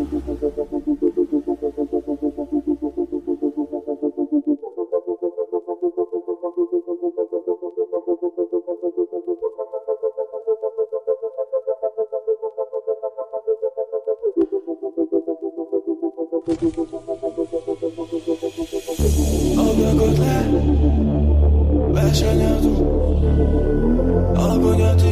Ablakot le, lesenyeltünk, alkonyati,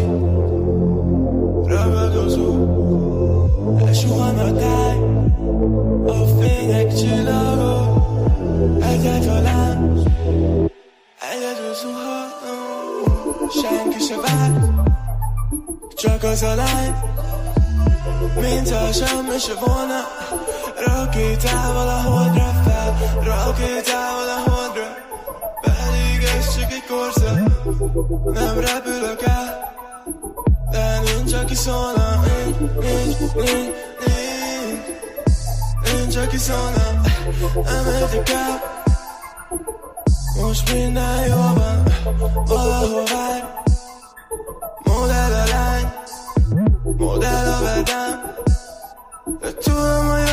ragadozó, elsuhan a táj, a fények csillagok, egyáltalán, egyedül zuhanó, senki se vár, csak az a lány, mintha semmi se volna, rakétával a holdra fel, rakétával a holdra, pedig ez csak egy korszak, nem repülök el, de nincs aki szólna, nincs aki szólna, nem értik el, most minden jól van, valahol vár, modell a lány, modell a vedám, de tudom, hogy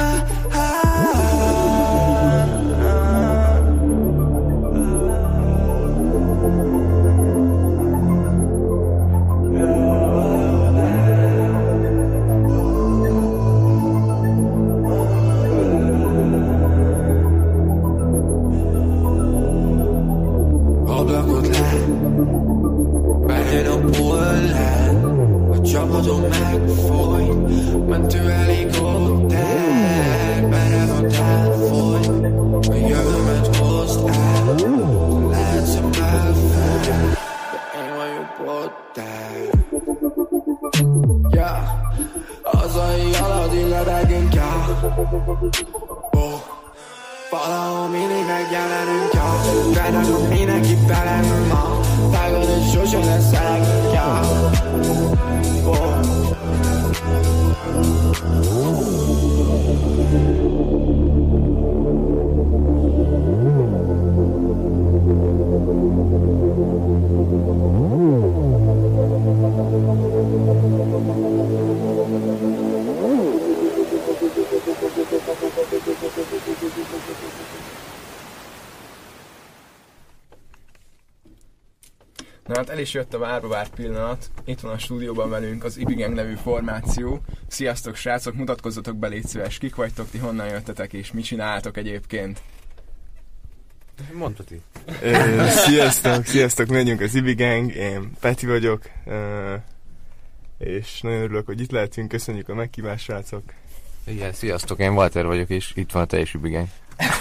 ablakot le, bejön a pollán, a csapatom megfolyt, mentő helikopter, merev a távfoly, a jövőmet hozd el, lehetsz a belfel, de én vagyok Potter. Yeah, hazai Aladdin ledegünk, valahol mindig megjelenünk, Berakok mindenki belem ma, tágod, hogy sosem lesz elegünk, Na hát el is jött a várva várt pillanat, itt van a stúdióban velünk az Ibi Gang nevű formáció. Sziasztok srácok, mutatkozzatok be, légy szíves, kik vagytok, ti honnan jöttetek és mit csináltok egyébként? Mondtad ti. Sziasztok, mi vagyunk az Ibi Gang, én Peti vagyok, és nagyon örülök, hogy itt lehetünk, köszönjük a meghívást, srácok. Igen, sziasztok, én Walter vagyok, és itt van a teljes Ibi Gang.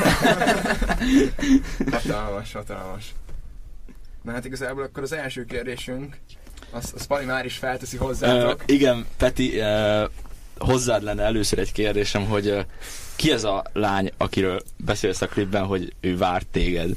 Hatalmas. Na hát igazából akkor az első kérdésünk, az Pali már is felteszi hozzátok. Igen, Peti, hozzád lenne először egy kérdésem, hogy ki ez a lány, akiről beszélsz a klipben, hogy ő várt téged?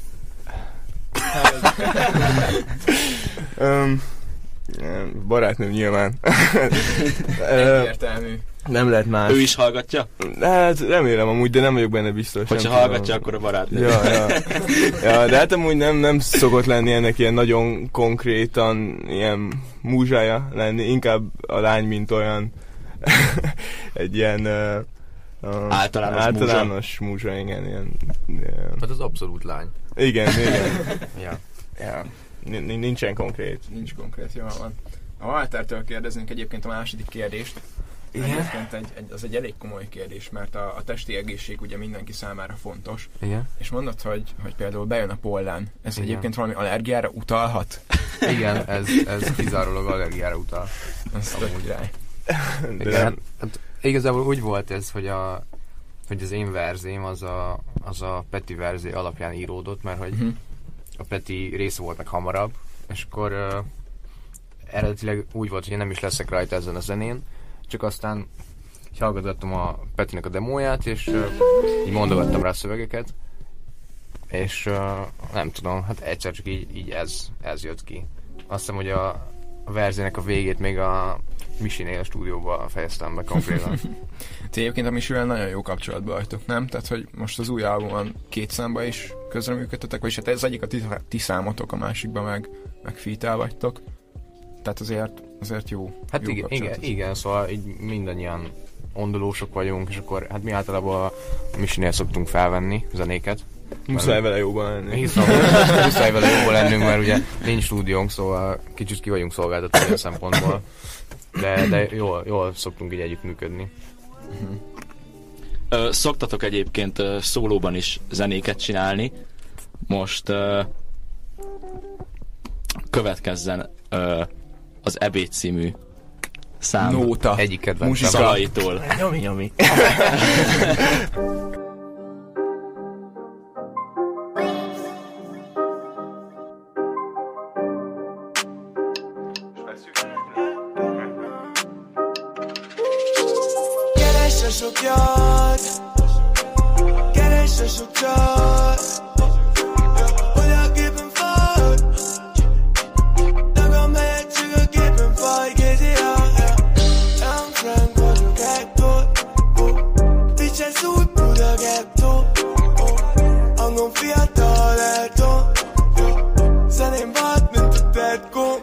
Barátnőm nyilván. Egyértelmű. Nem lehet más. Ő is hallgatja? Hát remélem amúgy, de nem vagyok benne biztos. Hogyha hallgatja, akkor a barátnő. Ja, de hát amúgy nem szokott lenni ennek ilyen nagyon konkrétan ilyen múzsája lenni, inkább a lány, mint olyan egy ilyen általános múzsa, igen. Ilyen. Hát az abszolút lány. Igen. Ja. Nincsen konkrét. Nincs konkrét, jól van. A Waltertől kérdeznénk egyébként a második kérdést. Egyébként az egy elég komoly kérdés, mert a testi egészség ugye mindenki számára fontos. Igen. És mondod, hogy például bejön a pollán. Ez igen. Egyébként valami allergiára utalhat? Igen, ez kizárólag allergiára utal. Azt amúgy rá. Igen, hát igazából úgy volt ez, hogy az én verzém az a Peti verzé alapján íródott, mert hogy a Peti része volt meg hamarabb, és akkor eredetileg úgy volt, hogy én nem is leszek rajta ezen a zenén, csak aztán hallgatottam a Petinek a demóját, és így mondogattam rá a szövegeket, és nem tudom, hát egyszer csak így ez jött ki. Azt hiszem, hogy a verzének a végét még a Misinél a stúdióban fejeztem be konkrétan. Ti egyébként a Misivel nagyon jó kapcsolatban vagytok, nem? Tehát, hogy most az új albumon 2 számban is közreműködtetek, vagyis hát ez egyik a ti számotok, a másikban meg feat-el vagytok. Tehát azért jó. Hát jó igen, szóval így mindannyian ondulósok vagyunk, és akkor hát mi általában a Misinél szoktunk felvenni zenéket. Muszáj vele jóban lenni. Muszáj vele jóban lennünk, mert ugye nincs stúdiónk, szóval kicsit ki vagyunk szolgáltatni a szempontból. De jól szoktunk így együttműködni. Szoktatok egyébként szólóban is zenéket csinálni. Most következzen az Ebéd című szám. Nóta. Egyik kedvencem. Szalaitól. Nyomj. Keresd a sok jart, keresd a sok csat, hogy a gépen fáj, magam helyett csak a gépen fáj, kézi I'm Frank vagyok Hector, Bitches úgy Buda Ghetto, hangom fiatal elton, zeném vad, mint a Petco.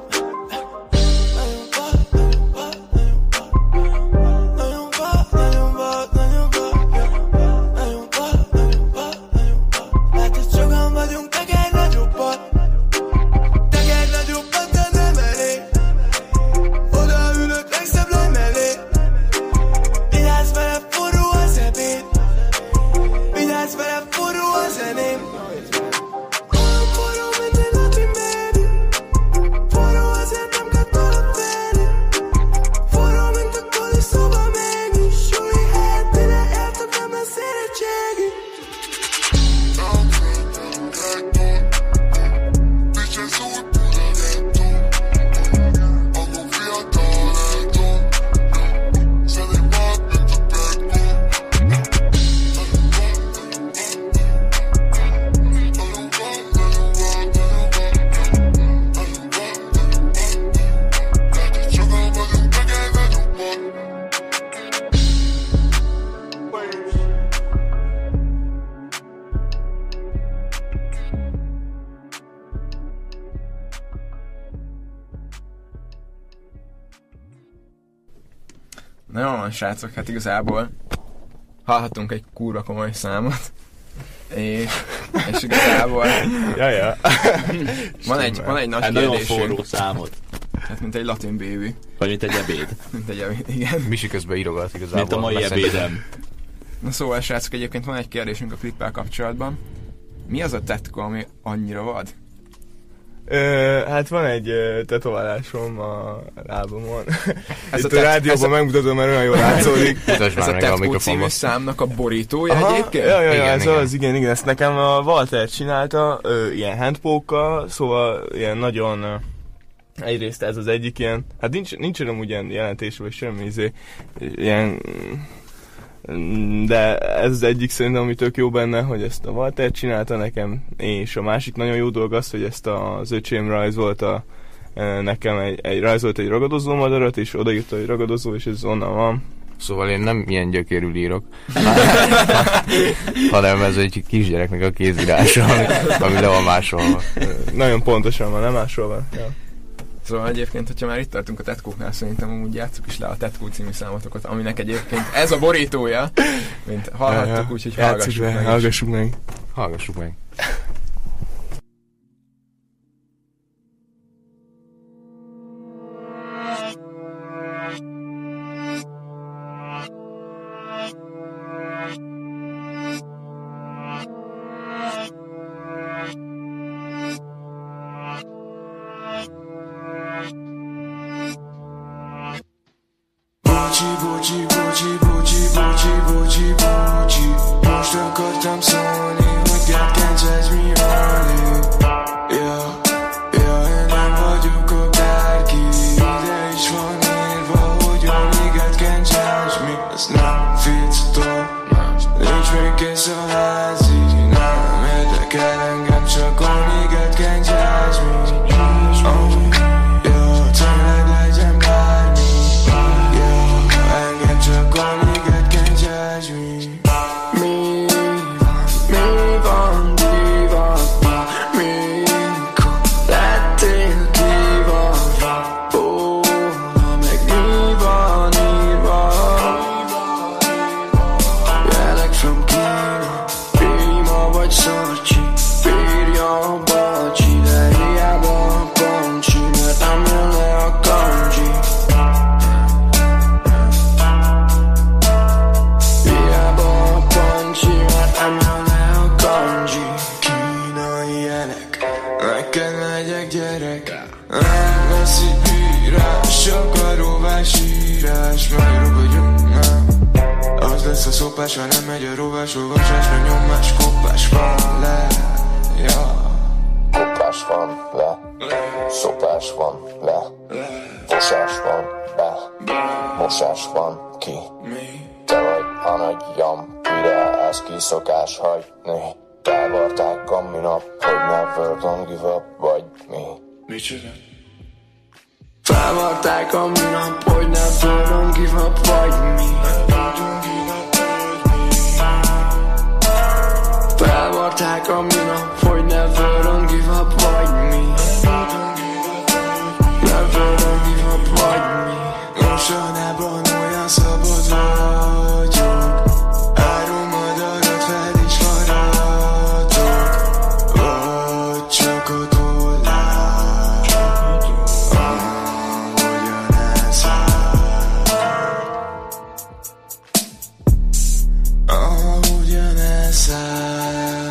Na jó van, srácok, hát igazából hallhattunk egy kurva komoly számot, és igazából Ja. van egy nagy egy nagyon kérdésünk. forró számot. Hát mint egy latin bébi. Vagy mint egy ebéd. Mint egy ebéd, igen. Misi közben írogat igazából. Mint a mai ebédem. Na szóval, srácok, egyébként van egy kérdésünk a klippel kapcsolatban. Mi az a tetka, ami annyira vad? Hát van egy tetoválásom a lábamon. Ez itt a rádióban megmutatom, mert olyan jól látszódik. Mutasd Ez már a meg a Tetkó című mikrofonba. számnak a borítója egyébként? Ja, Igen, ez igen. az, igen, ezt nekem a Walter csinálta, ilyen handpoke-kal, szóval ilyen nagyon, egyrészt ez az egyik ilyen, hát nincs amúgy ilyen jelentés, vagy semmi ilyen, de ez az egyik szerintem, ami tök jó benne, hogy ezt a Walter csinálta nekem, és a másik nagyon jó dolog az, hogy ezt az öcsém rajzolta nekem rajzolt egy ragadozó madarat, és odaírta, hogy ragadozó, és ez onnan van. Szóval én nem ilyen gyökérül írok, hanem ez egy kisgyereknek a kézírása, ami le van másolva. Nagyon pontosan van, nem másolva. Ja. Szóval egyébként, hogyha már itt tartunk a tetkóknál, szerintem amúgy játsszuk is le a Tetkó című számotokat, aminek egyébként ez a borítója, mint hallhattuk, úgyhogy hallgassuk meg. Hallgassuk meg. Hallgassuk meg. Bocsi, most akartam szólni, hogy gátkáncsáz megyek gyerek. Nem lesz itt bírás, csak a rovás írás. Magyarok vagyunk, nem. Az lesz a szopás, ha nem megy a rovás, olvasás, meg nyomás, kopás van le. Ja. Kopás van le, szopás van le, mosás van be, mosás van ki. Te vagy a nagy jam, mire ez kiszokás hagyni. Elvarták a minap, hogy never don't give up, vagy mi? Micsoda? Felvarták a minap, hogy never don't give up, vagy mi? Felvarták a minap, hogy never don't give up, vagy mi? Never don't give up, vagy mi? Mostanában olyan szabad vagyok, áron madarat fel is maradok, vagy csak a tollám, ahogyan elszáll, ahogyan elszáll.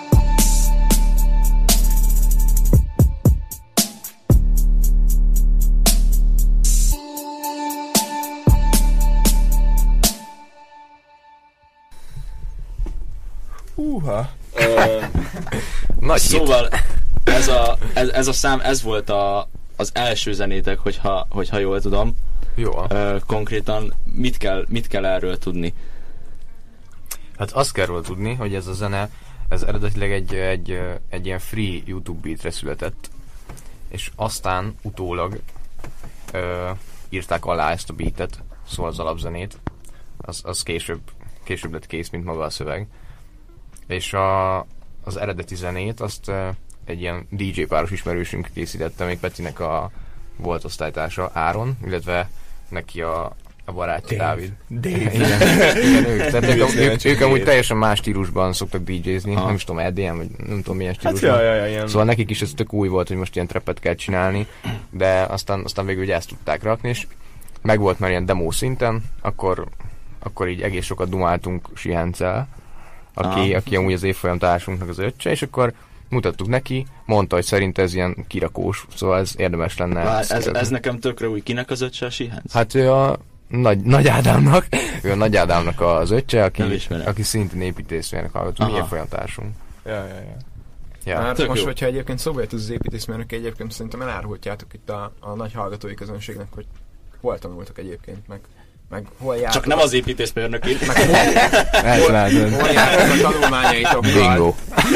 Nagy Szóval ez a szám, ez volt az első zenétek, hogyha jól tudom. Jó. Konkrétan mit kell erről tudni? Hát azt kell róla tudni, hogy ez a zene, ez eredetileg egy ilyen free YouTube beatre született, és aztán utólag írták alá ezt a beatet, szóval az alapzenét, az később lett kész, mint maga a szöveg. És az eredeti zenét azt egy ilyen DJ páros ismerősünk készítette, még Petinek volt osztálytársa Áron, illetve neki a barátja Dávid. Igen, ők amúgy teljesen más stílusban szoktak DJ-zni, nem is tudom, EDM, vagy nem tudom milyen stílusban. Hát, szóval nekik is ez tök új volt, hogy most ilyen trappet kell csinálni, de aztán végül ugye ezt tudták rakni, és meg volt már ilyen demo szinten, akkor így egész sokat dumáltunk Sihencel, aki amúgy az évfolyam társunknak az öccse, és akkor mutattuk neki, mondta, hogy szerint ez ilyen kirakós, szóval ez érdemes lenne. Ez nekem tökre új. Kinek az öccse a Sihenc? Hát ő a Nagy Ádámnak, ő a Nagy Ádámnak az öccse, aki szintén építészmérnök hallgató, mi évfolyam társunk. Ja. Hát most, hogyha egyébként szóba jött az építészmérnök, egyébként szerintem elárultjátok itt a nagy hallgatói közönségnek, hogy hol tanultak egyébként, meg hol jártok. Csak nem az építészmérnökét. Hol jártok a tanulmányaitokkal. Bingo.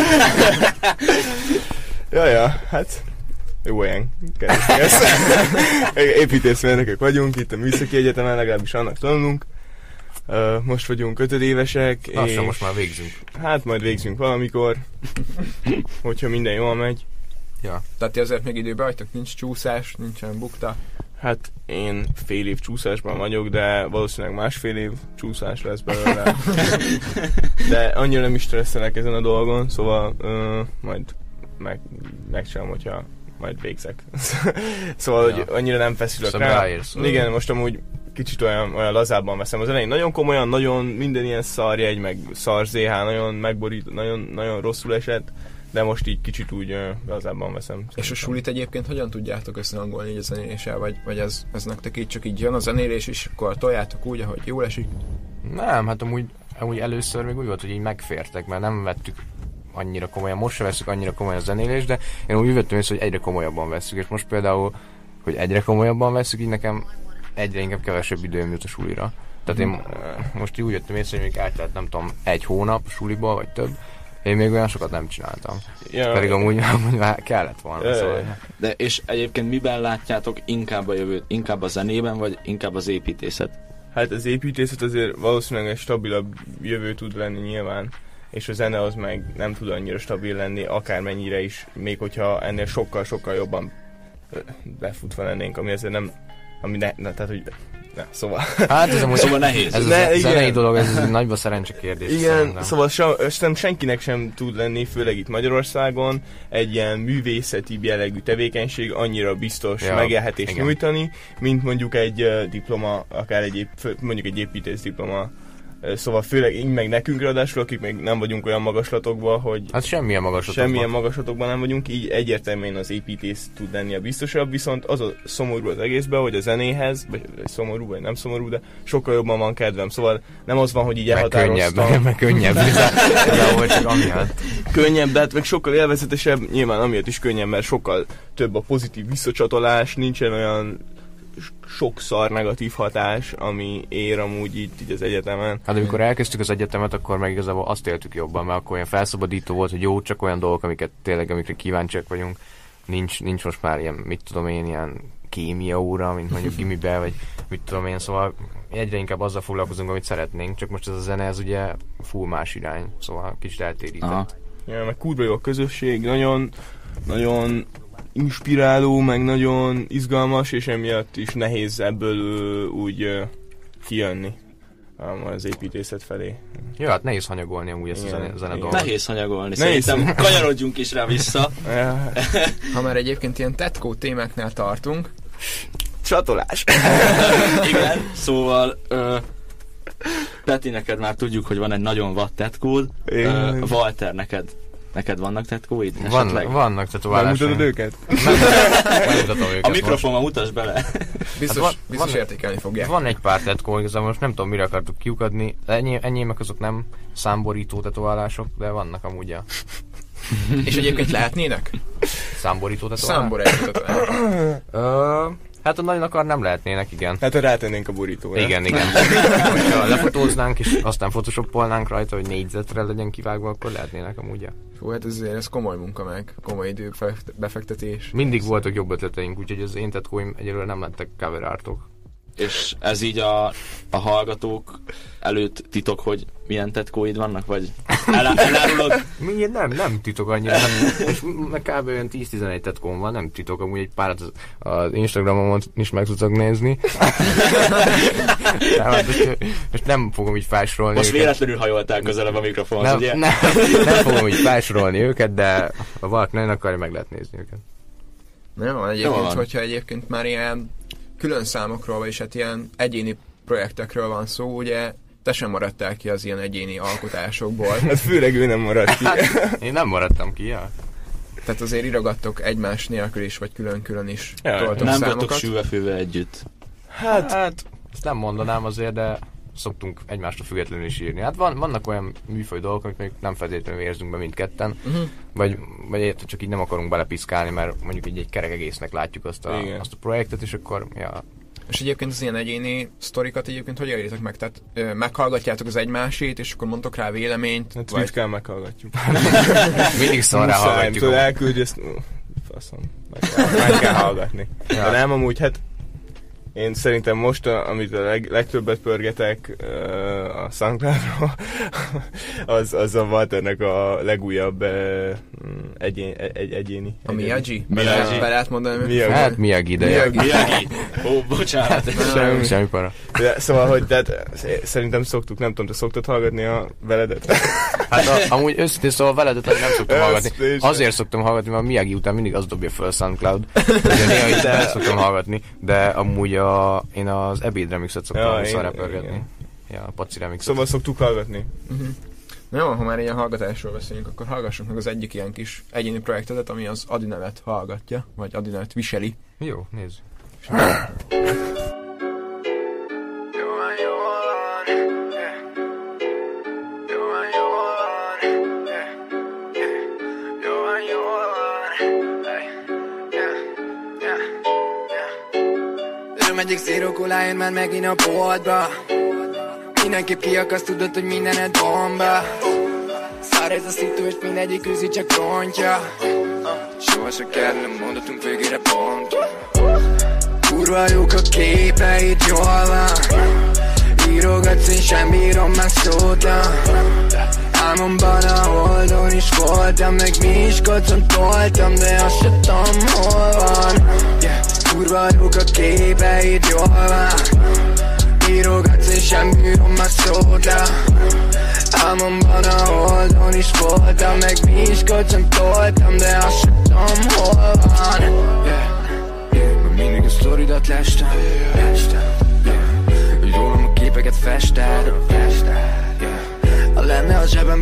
Hát jó olyan kezdjük. Építészmérnökök vagyunk, itt a Műszaki Egyetemen, legalábbis annak tanulunk. Most vagyunk 5 évesek. Lassan most már végzünk. Hát majd végzünk valamikor, hogyha minden jól megy. Ja. Tehát ti azért még időbe vagytok? Nincs csúszás, nincsen bukta? Hát én fél év csúszásban vagyok, de valószínűleg másfél év csúszás lesz belőle. De annyira nem is stresszelek ezen a dolgon, szóval majd megcsinálom, hogyha majd végzek. Szóval, hogy annyira nem feszülök rá. Igen, most amúgy kicsit olyan lazábban veszem. Az elején nagyon komolyan, nagyon minden ilyen szarjegy, meg szar ZH, nagyon megborít, nagyon rosszul esett, de most így kicsit úgy lazábban veszem. Szerintem. És a sulit egyébként hogyan tudjátok összehangolni így a zenéléssel, vagy ez nektek így csak így jön a zenélés, és akkor toljátok úgy, ahogy jól esik? Nem, hát amúgy először még úgy volt, hogy így megfértek, mert nem vettük annyira komolyan, most se veszük annyira komolyan a zenélést, de én úgy vettem észre, hogy egyre komolyabban veszük, és most például, hogy egyre komolyabban veszük, így nekem egyre inkább kevesebb időm jut a sulira. Tehát én most úgy jöttem észre, hogy még eltelt nem tudom 1 hónap suliból, vagy több, én még olyan sokat nem csináltam. Ja, pedig amúgy már kellett volna. Szóval. De és egyébként miben látjátok inkább a jövőt? Inkább a zenében, vagy inkább az építészet? Hát az építészet azért valószínűleg egy stabilabb jövő tud lenni nyilván, és a zene az meg nem tud annyira stabil lenni, akármennyire is, még hogyha ennél sokkal jobban befutva lennénk, ami ezért nem, tehát hogy szóval. Hát ez amúgy szóval nehéz. Ez a zenei dolog, ez egy nagyba szerencse kérdés. Igen, szerintem. Szóval senkinek sem tud lenni, főleg itt Magyarországon, egy ilyen művészeti jellegű tevékenység annyira biztos megélhetést nyújtani, mint mondjuk egy diploma, akár mondjuk egy építész diploma, Szóval főleg meg nekünk ráadásul, akik még nem vagyunk olyan magaslatokban, hogy... Hát semmilyen magaslatokban nem vagyunk, így egyértelműen az építész tud lenni a biztosabb, viszont az a szomorú az egészben, hogy a zenéhez, vagy szomorú, vagy nem szomorú, de sokkal jobban van kedvem. Szóval nem az van, hogy így elhatároztam. Meg könnyebb. Csak amiatt. Könnyebb, de hát meg sokkal élvezetesebb, nyilván amiatt is könnyebb, mert sokkal több a pozitív visszacsatolás, nincsen olyan sok szar negatív hatás, ami ér amúgy így az egyetemen. Hát amikor elkezdtük az egyetemet, akkor meg igazából azt éltük jobban, mert akkor olyan felszabadító volt, hogy jó, csak olyan dolgok, amikre kíváncsiak vagyunk. Nincs most már ilyen, mit tudom én, ilyen kémia óra, mint mondjuk gimibe, vagy mit tudom én, szóval egyre inkább azzal foglalkozunk, amit szeretnénk, csak most ez a zene, ez ugye full más irány, szóval kicsit eltérített. Ja, meg kurva jó a közösség, nagyon inspiráló, meg nagyon izgalmas, és emiatt is nehéz ebből úgy kijönni az építészet felé. Jó, hát nehéz hanyagolni amúgy ezt a zene dolgot. Nehéz hanyagolni, szerintem kanyarodjunk is rá vissza. Ha már egyébként ilyen tetkó témáknál tartunk. Csatolás! Igen, szóval Peti, neked már tudjuk, hogy van egy nagyon vad tetkód. Walter, neked vannak tetkóid? Vannak tetoválásaim. Nem mutatod őket? Nem mutatom őket. A mikrofonban mutasd bele. Biztos értékelni fogják. Van egy pár tetkó, igazából most nem tudom, mire akartuk kiukadni. Enyémek azok nem számborító tetoválások, de vannak amúgy És egyébként lehetnének? Számborító tetoválások? Számborító tetoválások. Hát ha nagyon akar, nem lehetnének, igen. Hát ha rátennénk a borítóra. Igen. Ha lefotóznánk, és aztán photoshopolnánk rajta, hogy négyzetre legyen kivágva, akkor lehetnének amúgy. Hú, hát ez komoly munka meg, komoly idő befektetés. Mindig voltak jobb ötleteink, úgyhogy az én tetkóim egyelőre nem lettek cover artok. És ez így a hallgatók előtt titok, hogy milyen tetkóid vannak, vagy elárulod? Nem titok annyira, és meg kb. Olyan 10-11 tetkóm van, nem titok, amúgy egy párat az Instagramon is meg tudok nézni. Most nem fogom így felsorolni most őket. Véletlenül hajoltál közelebb a mikrofonhoz, ugye? Nem fogom így felsorolni őket, de ha valaki nagyon akarja, meg lehet nézni őket. Nem van egyébként, hogyha egyébként már ilyen külön számokról, vagyis hát ilyen egyéni projektekről van szó, ugye te sem maradtál ki az ilyen egyéni alkotásokból. Hát főleg ő nem maradt ki. Én nem maradtam ki, Tehát azért írogattok egymás nélkül is, vagy külön-külön is nem számokat. voltok sülve-főve együtt. Hát ezt nem mondanám azért, de szoktunk egymástól függetlenül is írni. Hát vannak olyan műfaj dolgok, amit mondjuk nem feltétlenül érzünk be mindketten, vagy csak így nem akarunk belepiszkálni, mert mondjuk így egy kerek egésznek látjuk azt a projektet, és akkor, És egyébként az ilyen egyéni sztorikat egyébként hogy élitek meg? Tehát meghallgatjátok az egymásét, és akkor mondtok rá véleményt? Hát ritkán meghallgatjuk. Mindig szarrá hallgatjuk. Tudod, elküldj ezt... Faszom. Meg kell hallgatni. De nem amúgy, hát én szerintem most, amit a legtöbbet pörgetek a SoundCloudról, az a Walternek a legújabb egyéni. A Miyagi? Be lehet mondani? Hát Miyagi, de Miyagi. Ó, bocsánat. Semmi para. Szóval, hogy szerintem szoktuk, nem tudom, te szoktad hallgatni a veledet? Hát amúgy őszintén szóval veledet nem szoktam hallgatni. Azért szoktam hallgatni, mert a Miyagi után mindig az dobja föl a SoundCloud. Ugye néha itt nem szoktam hallgatni, de amúgy én az Ebéd remixet szoktam szarra pörgetni. Ja, a Paci remixet. Szóval szoktuk hallgatni. Jó, ha már ilyen hallgatásról beszélünk, akkor hallgassunk meg az egyik ilyen kis egyéni projektedet, ami az Adi nevet hallgatja, vagy Adi nevet viseli. Jó, nézzük. Megyek szérokolájön már megint a boltba. Mindenképp kiakaszt, tudod, hogy mindened bomba. Szár ez a szitu, és mindegyik őzi csak rontja. Soha se kell, nem mondatunk végére pont. Kurva jók a képeid, jól van. Írogatsz, én sem bírom már szóta. Álmomban a Holdon is voltam, meg Miskolcon toltam, de azt se tudom, hol van. Kurva jók a képeid, jól van. Írogatsz, és sem bírom már szóta. Álmomban a Holdon is voltam, meg Miskolcon toltam, de azt se tudom, hol van. Meg mindig a sztoridat lestem. Rólam a képeket fested.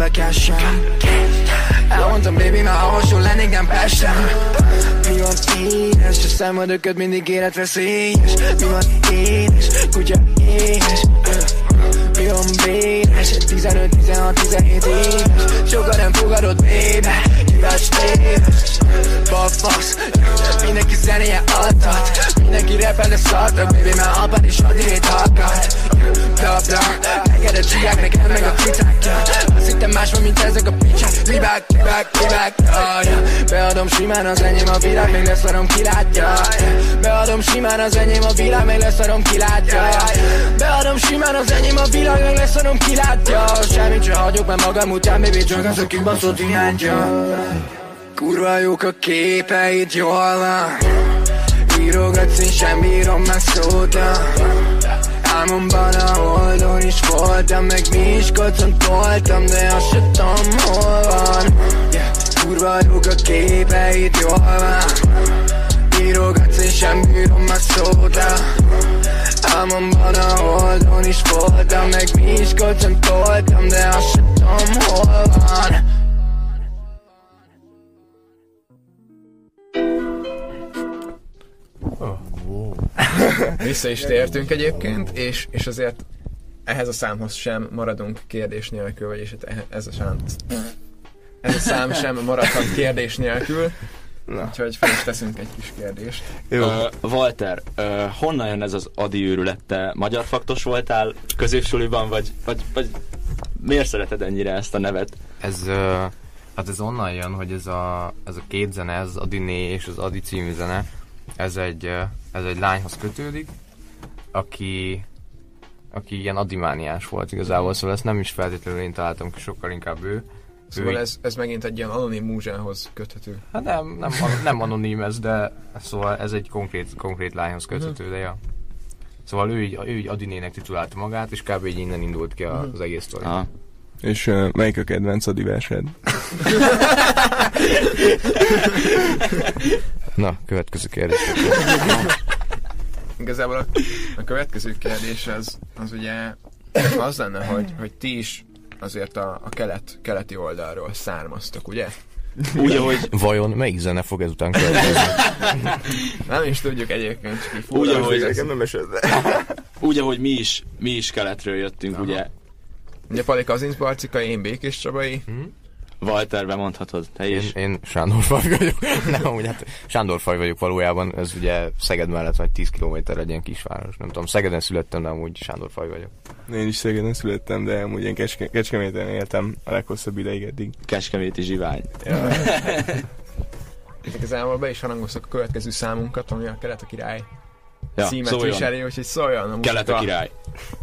a cash-en. Elmondtam baby, már havasol lennék, nem Pesten. Mi van édes, a szemödököd mindig életveszélyes. Mi van édes, kutya édes. Mi van béres, 15, 16, 17 éves. Sokan nem fogadod, baby, hibás téves. Bafasz, mindenki zenéje adtat. Mindenki rappel, de szartak, baby, már apád is adirét akad. Bla bla, neked a csigák, nekem meg a ficákja. Azt hittem más van, mint ezek a picsák. Libák, beadom simán az enyém, a világ még leszarom, kilátja. Beadom simán az enyém, a világ még leszarom, kilátja. Beadom simán az enyém, a világ még leszarom, kilátja. Semmit se hagyok már magam után, baby, csak az a kibaszott hiányja. Kurva jók a képeid, jól van. Írogatsz, én sem bírom meg szóta. Álmomban a holdon is voltam, meg Miskolcon toltam, de azt se tudom, hol van. Kurva jók a képeid, jól van. Írogatsz, én sem bírom meg szóta. Álmomban a holdon is voltam, meg Miskolcon toltam, de azt se tudom, hol van. Vissza is tértünk egyébként, és azért ehhez a számhoz sem maradunk kérdés nélkül, vagyis ez a szám sem maradhat kérdés nélkül. Na. Úgyhogy fel is teszünk egy kis kérdést. Walter, honnan jön ez az Adi őrület? Te magyar faktos voltál középsuliban, vagy miért szereted ennyire ezt a nevet? Hát ez onnan jön, hogy ez a két zene, ez Adiné és az Adi című zene, ez egy lányhoz kötődik, aki ilyen adimániás volt igazából, szóval ezt nem is feltétlenül én találtam ki, sokkal inkább ő. Szóval ez megint egy ilyen anonim múzsához köthető. Hát nem anonim ez, de szóval ez egy konkrét lányhoz köthető, de ja. Szóval ő így Adinének titulálta magát, és kb. Így innen indult ki az egész sztori. És melyik a kedvenc Adi versed? Na, következő kérdés. Igazából a következő kérdés az ugye az lenne, hogy ti is azért a keleti oldalról származtok, ugye? Úgy, ahogy... Vajon melyik zene fog ezután következni? Nem is tudjuk egyébként. Úgy, ahogy... nem esett. Úgy, ahogy mi is keletről jöttünk, aha. Ugye? Ugye Pali Kazincbarcikai, én Békés Csabai. Walter, bemondhatod, te is. Én Sándorfaj vagyok. Nem, amúgy hát Sándorfaj vagyok valójában, ez ugye Szeged mellett vagy 10 kilométerre egy ilyen kisváros. Nem tudom, Szegeden születtem, de amúgy Sándorfaj vagyok. Én is Szegeden születtem, de amúgy én Kecskeméten éltem a leghosszabb ideig eddig. Kecskeméti zsivány. Ja. Igazából be is harangoztak a következő számunkat, ami a Kelet a király címet viseli, úgyhogy szóljon a Kelet a király.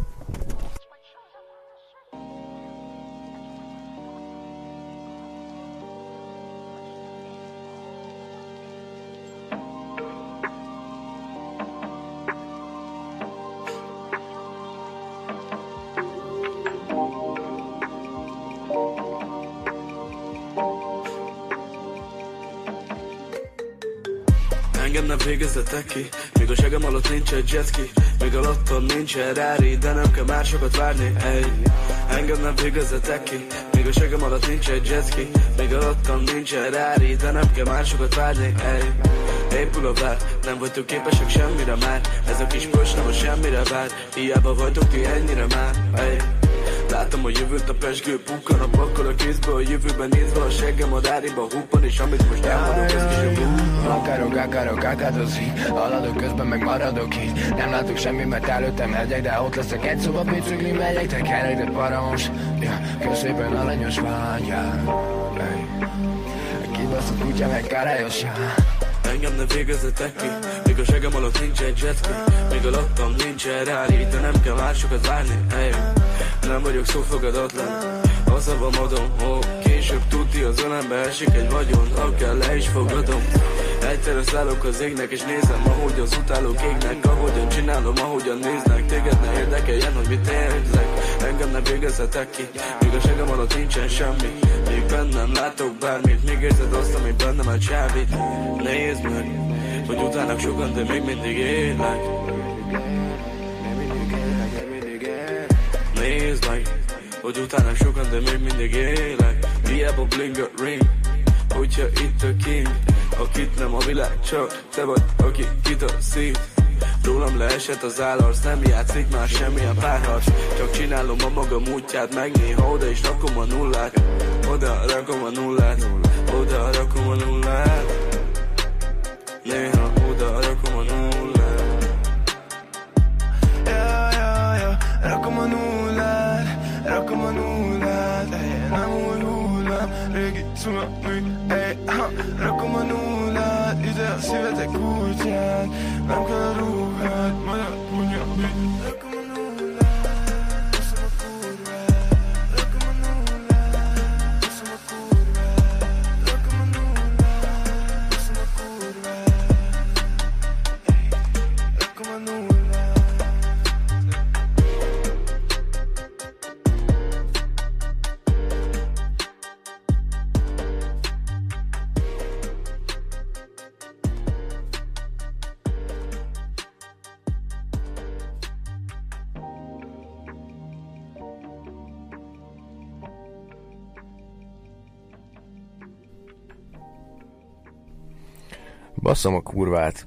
Engem nem végezzetek ki, még a segem alatt nincs egy jetski, még alattam nincs egy Rari, de nem kell már sokat várni, ey. Engem nem végezzetek ki, még a segem alatt nincs egy jetski, még alattam nincs egy Rari, de nem kell már sokat várni, ey. Épül a vár, nem vagytok képesek semmire már, ez a kis pöcs nem a semmire vár, hiába vagytok ti ennyire már, ey. Látom a jövőt, a pesgő pukkan, a pakkol a kézbe, a jövőben nézve a seggem a ráriba húppan, és amit most elmondok, ez kis a bú. Akarok, ákádozik, haladok közben meg maradok így. Nem látok semmi, mert előttem megyek, de ott leszek egy szoba, bicikli megyek, te kerek, de paramos. Köszében aranyos vagy, kibaszott kutya, meg karályos, Engem ne végezzetek ki, még a segem alatt nincs egy jetski, még alattam nincs egy Rari, de nem kell már sokat várni, ey. Nem vagyok szófogadatlan, a szabamodom, később tudti az ölembe esik egy vagyon, ha kell le is fogadom. Egyszerre szállok az égnek és nézem, ahogy az utálók égnek, ahogyan csinálom, ahogyan néznek, téged ne érdekeljen, hogy mit érzek. Engem ne végezzetek ki, még a segem alatt nincsen semmi, még bennem látok bármit, még érzed azt, ami bennem egy sávít. Nézd meg, hogy utának sokan, de még mindig élek. Nézd meg, hogy utána sokan, de még mindig élek. Hiába bling a ring, hogyha itt a king. Akit nem a világ, csak te vagy, aki kitaszít. Rólam leesett az állarc, nem játszik már semmilyen párharc. Csak csinálom a magam útját, meg néha oda is rakom a nullát. Oda rakom a nullát, oda rakom a nullát. Néha oda rakom a nullát. Ja, rakom a nullát, rakom a nullát. Nem új hullám, régi szunami. Rakom a nullát, ide a szívetek útján. Nem kell a ruhát, majd a punya bit. Rakom a nullát, oszom a kurvát. Rakom a nullát, oszom a kurvát. Rakom a nullát, oszom a kurvát. Rakom a nullát. Basszom a kurvát.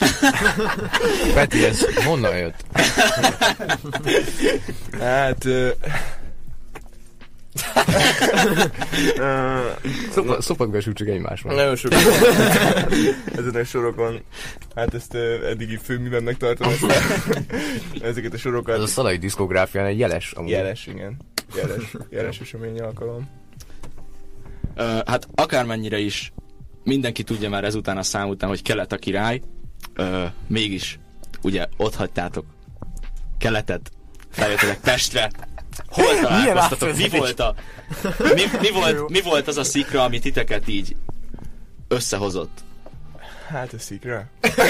Peti, ez honnan jött? Hát... Szopadgassuk csak egymásban. Nagyon sokan. Ezen a sorokon. Hát ezt eddigi főművemnek tartom ezeket a sorokat. Ez a Szalai diszkográfián egy jeles amúgy. Jeles, igen. Jeles esemény alkalom. Hát akármennyire is mindenki tudja már ezután a szám után, hogy Kelet a király, mégis ugye ott hagytátok Keletet, feljöttetek Pestre. Hol találkoztatok? Mi volt az a szikra, ami titeket így összehozott? Hát a szikra?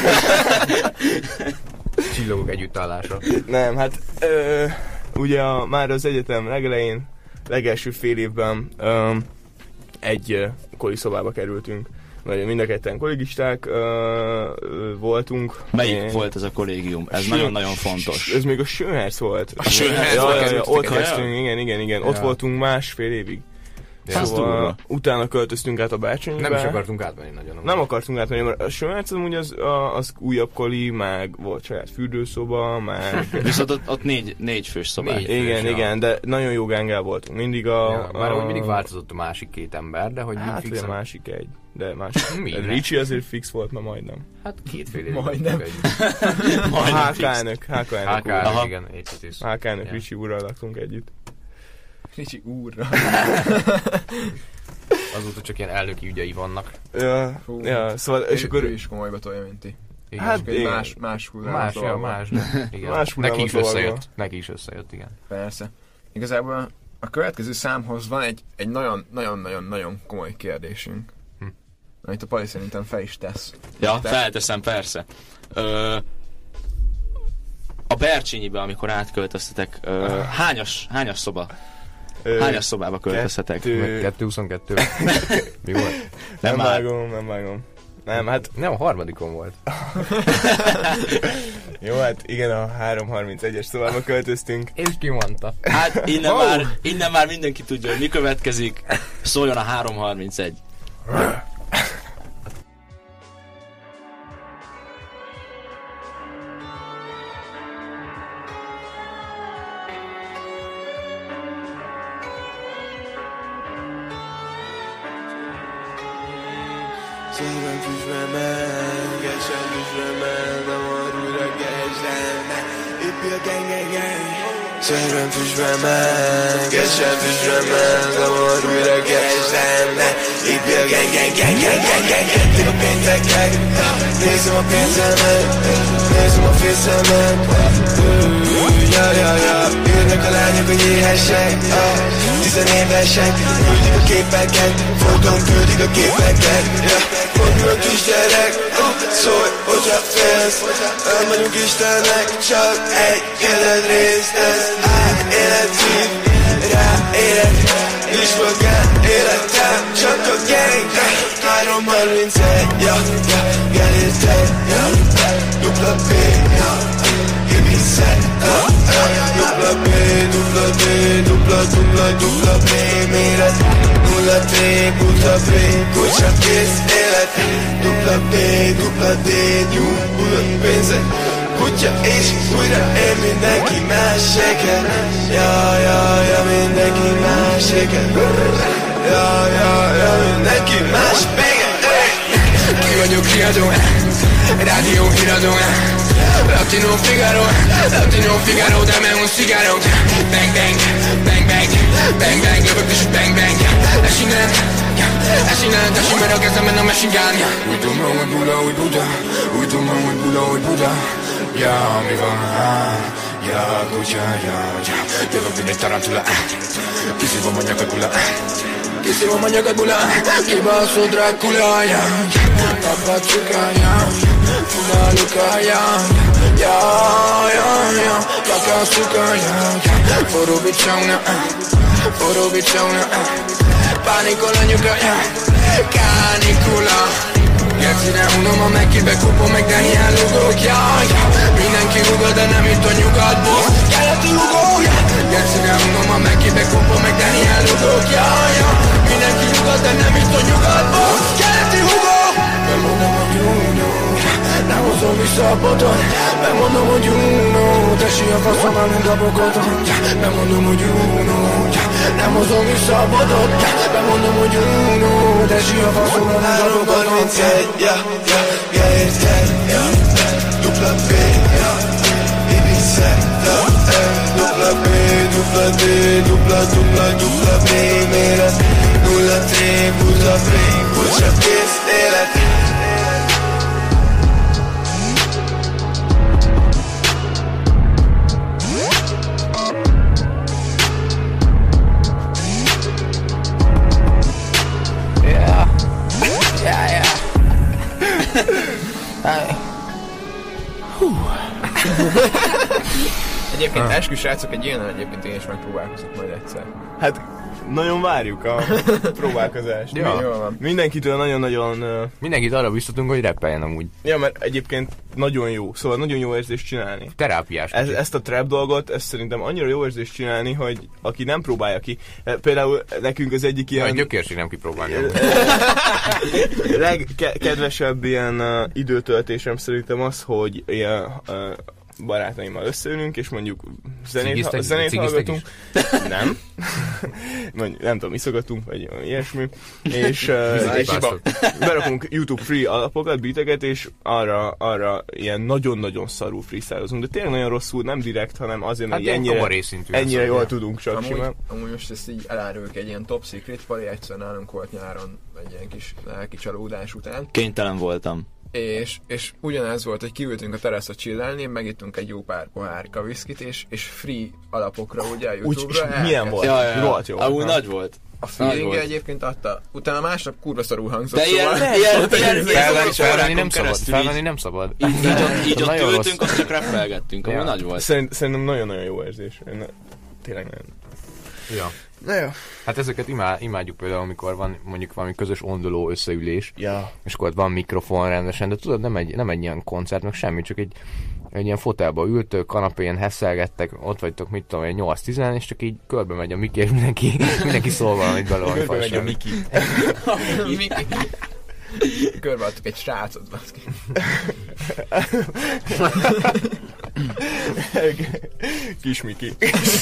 Csillagok együttállása. Nem, hát ugye már az egyetem legelején, legelső fél évben egy koliszobába kerültünk. Mind a ketten kollégisták voltunk. Melyik volt ez a kollégium? Ez nagyon-nagyon fontos. Ez még a Schönherz volt. A Schönherz? Ott kezdtünk, igen. Ja. Ott voltunk másfél évig. Szóval utána költöztünk át a Bácsonyba. Nem is akartunk átmenni nagyon. Nem akartunk átmenni, mert a Schönherz amúgy az újabb koli, meg volt saját fürdőszoba, meg... Viszont ott négy fős szobás. Igen, de nagyon jó gángál voltunk. Mindig már úgy mindig változott a másik két ember, de hogy hát fixen... a másik egy. De másik. Ricsi azért fix volt, ma majdnem. Hát kétfél év. Majdnem. HK elnök. Igen. HK elnök Ricsi úrral laktunk együtt. Ricsi úrra. Azóta csak ilyen elnöki ügyei vannak. Ja, szóval... És akkor... Ő is komolyba tolja, mint ti. Igen. Hát más hullámot. Más. Igen. Neki is összejött, igen. Persze. Igazából a következő számhoz van egy nagyon komoly kérdésünk. Amit a Pali szerintem fel is tesz. Ja, felteszem, persze. A Bercsényibe, amikor átköltöztetek, hányas szoba? Hányas szobába költöztetek? 222. Mi volt? Nem vágom. Nem, hát... Nem, a harmadikon volt. Jó, hát igen, a 331-es szobába költöztünk. És ki mondta? Hát innen már mindenki tudja, hogy mi következik. Szóljon a 331. Szívem füstbe meg, esen füstbe meg, de majd újra kezdene. Éppi a gang. Szívem füstbe meg, esen füstbe meg, de majd újra kezdene. Éppi a gang. Jöttek a péntekek, nézem a pénzemet, nézem a fészemet. Írnak a lányok, hogy éhesek, 10 évesek. Küldik a képeket, folyton küldik a képeket. Fordul a kisgyerek, szólj, hogyha félsz. Elmegyünk Istennek, csak egy élet részt tesz. Élet szív, ráérek, nincs magán életem, csak a gang. 331, elérted, dupla B, Ibiza, dupla B, dupla dupla B, kutya kész élet. Dupla B, dupla D, nyúl pénzek. Kutya és újra én mindenki máséket. Ja, mindenki máséket. Ja, mindenki más béget. Ki vagyok kiadó, rádió híradó. Latino Figaro, dame un cigaro. Bang bang, bang bang, bang bang, lövök és bang bang. Esinen, tessék a kezemben a machine gun. Úgy tudom, hogy bula, hogy Buda. Úgy tudom, hogy bula, hogy Buda. Ja, mi van? Ja, kutya, ja. Jövök, mint egy tarantula. Kiszívom a nyakad bula. Kiszívom a nyakad bula. Kibaszott Dracula. Kapad csukája. Funa lukája. Ja. Kakao szukája. Forró bicsóna. Pánikol a nyugaja. Kánikula. Gecire unom a megkibe kupom meg, de hiány lugók. Ja. Mindenki rugod, de nem itt a nyugatból. Keleti ugója. Gecire unom a megkibe kupom meg, de hiány lugók. Ja. Mindenki rugod, de nem itt a nyugatból. Keleti ugó. Bemondom, hogy nem hozom vissza a botot. Bemondom, hogy tesi a faszommal, mint a bokotot. Bemondom, hogy nem hozom vissza a botot. Bemondom, hogy tesi a faszommal, mint a bokotot. Érted, dupla B, Ibiza, dupla B, dupla D, dupla B, méret, 0 T, buza B, kutya kész élet. Egyébként eskü srácok, egy ilyen egyébként én is megpróbálkozok majd egyszer. Hát nagyon várjuk a próbálkozást. Ja. Jól van. Mindenkitől nagyon-nagyon... Mindenkit arra biztatunk, hogy rappeljen amúgy. Ja, mert egyébként nagyon jó, szóval nagyon jó érzés csinálni. Terápiás. Ezt a trap dolgot, ezt szerintem annyira jó érzés csinálni, hogy aki nem próbálja ki, például nekünk az egyik ilyen... A gyökérség nem kipróbálni. Legkedvesebb ilyen időtöltésem szerintem az, hogy ilyen... barátaimmal összeülünk, és mondjuk zenét hallgatunk. Nem. Mondjuk, nem tudom, iszogatunk, vagy ilyesmi. És berakunk YouTube free alapokat, beateket, és arra ilyen nagyon-nagyon szarul freestylozunk. De tényleg nagyon rosszul, nem direkt, hanem azért, mert ennyire jól tudunk csak simán. Amúgy most ezt így eláruljuk, egy ilyen top secret pali, egyszer nálunk volt nyáron egy ilyen kis lelki csalódás után. Kénytelen voltam. És ugyanez volt, hogy kiültünk a teraszra chillelni, megittunk egy jó pár pohárka viszkit, és free alapokra ugye a YouTube-ra. Milyen volt? Ja. Amúgy nagy volt. A feeling egyébként adta. Utána másnap kurva szarul hangzott. De felvenni nem szabad. Így ott ültünk, azt csak rappelgettünk. Amúgy nagy volt. Szerintem nagyon-nagyon jó érzés. Tényleg nagyon. Ja. Na jó. Hát ezeket imádjuk például, amikor van mondjuk valami közös ondoló összeülés, és akkor van mikrofon rendesen, de tudod, nem egy ilyen koncert, meg semmi, csak egy ilyen fotelba ültök, kanapén hesszelgettek, ott vagytok, mit tudom, 8-10, és csak így körbe megy a Miki, és mindenki szól valamit belőle. Körbe megy a Miki. Körbe adtuk egy srácot, baszki. Kis Miki.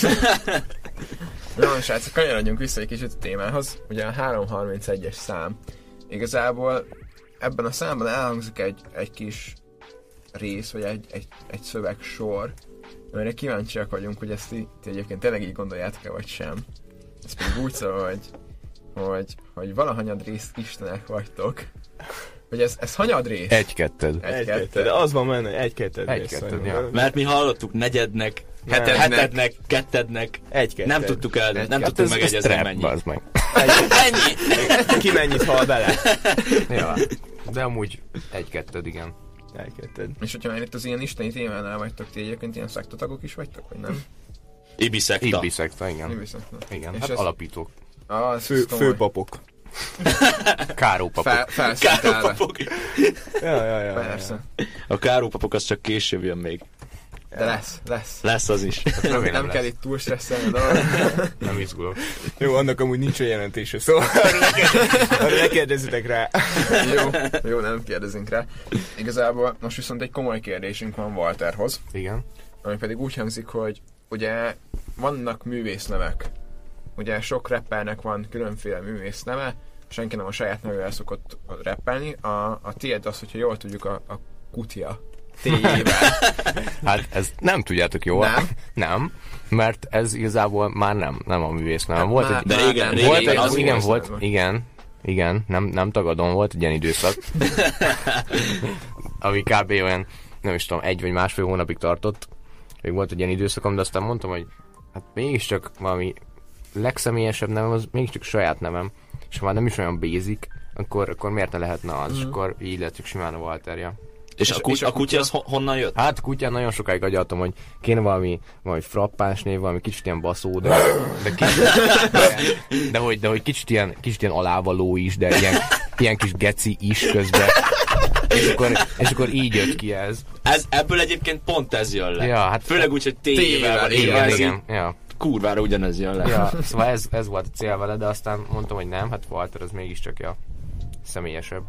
Na, srácok, kanyarodjunk vissza egy kicsit a témához. Ugye a 331-es szám. Igazából ebben a számban elhangzik egy kis rész, vagy egy szövegsor, amire kíváncsiak vagyunk, hogy ezt ti egyébként tényleg így gondoljátok-e, vagy sem. Ez pedig úgy szól, hogy valahanyad részt istenek vagytok. Hogy ez hanyad rész? Egy-ketted. De az van benne, egy-ketted rész. Ja. Mert mi hallottuk negyednek, hetednek, kettednek. Nem tudtuk nem tudtuk megegyezni mennyi. Ennyi! Ki mennyit hall bele? Ja, de amúgy egy-ketted, igen. Egy-ketted. És hogyha már itt az ilyen isteni témánál vagytok, ti egyébként ilyen szektatagok is vagytok, vagy nem? Ibiszekta, igen. Igen, és hát alapítók. Főpapok. Kárópapok. Kárópapok. Ja. Persze. A kárópapok az csak később jön még. De lesz. Lesz az is. Nem kell itt túl stresszelni a dolog. Nem izgulok. Jó, annak amúgy nincs olyan jelentése, szóval arra ne kérdezzetek rá. Jó, nem kérdezünk rá. Igazából most viszont egy komoly kérdésünk van Walterhoz. Igen. Ami pedig úgy hangzik, hogy ugye vannak művésznevek. Ugye sok rappernek van különféle művészneve, senki nem a saját nevével szokott rappelni. A tiéd az, hogyha jól tudjuk, a Kutya. T-jével. Hát ezt nem tudjátok jól. Nem, mert ez igazából már nem a művészneve. Volt egy... De régen volt, igen, nem tagadom, volt egy ilyen időszak, ami kb. Olyan, nem is tudom, 1 vagy másfél hónapig tartott. Még volt egy ilyen időszakom, de aztán mondtam, hogy hát mégiscsak valami legszemélyesebb nevem, az mégiscsak saját nevem, és ha már nem is olyan basic, akkor miért ne lehetne az, és akkor így lett simán a Walterja. És a kutya az honnan jött? Hát kutyán nagyon sokáig agyaltam, hogy kéne valami frappáns név, valami kicsit ilyen baszó, de hogy kicsit ilyen alávaló is, de ilyen kis geci is közben. És akkor így jött ki ez. Ebből egyébként pont ez jön le. Ja, hát főleg úgy, hogy T-vel. Igen. Ja. Kurvára ugyanez jön le. Ja, szóval ez volt a cél vele, de aztán mondtam, hogy nem, hát Walter az mégiscsak személyesebb.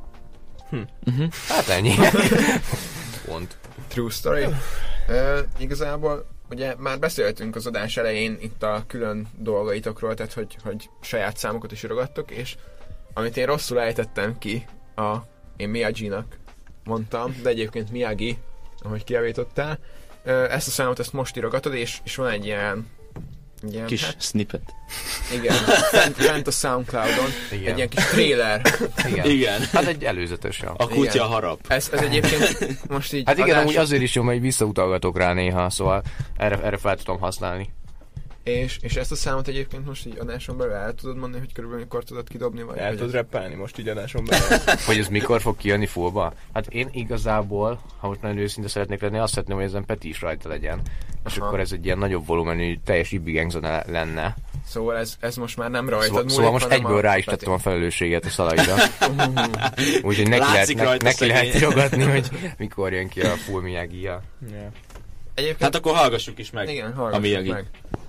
Hát ennyi. Pont. True story. Igazából ugye már beszéltünk az adás elején itt a külön dolgaitokról, tehát hogy saját számokat is írogattok, és amit én rosszul ejtettem ki, én Miyagi-nak mondtam, de egyébként Miyagi, ahogy kijavítottál, ezt a számot most írogatod, és van egy ilyen kis snippet. Igen, fent a Soundcloudon. Igen. Egy ilyen kis trailer. Igen. Hát egy előzetes. Ja. A kutya harap. Ez egyébként most így... Hát igen, amúgy azért is jó, mert visszautalgatok rá néha, szóval erre fel tudom használni. És ezt a számot egyébként most így adáson belül el tudod mondani, hogy körülbelül mikor tudod kidobni? Vagy el tudod rappelni most így adáson belül? Hogy ez mikor fog kijönni fullba? Hát én igazából, ha most nagyon őszinte szeretnék lenni, azt szeretném, hogy ezen Peti is rajta legyen. És akkor ez egy ilyen nagyobb volumenű, teljes Ibbi Gangzone lenne. Szóval ez most már nem rajtad múlik, szóval most egyből rá is tettem a felelősséget a Szalaira. Úgyhogy neki lehet jogatni, hogy mikor jön ki a full Miyagi-ja. Yeah. Hát akkor hallgassuk is meg. Igen, hallgassuk meg.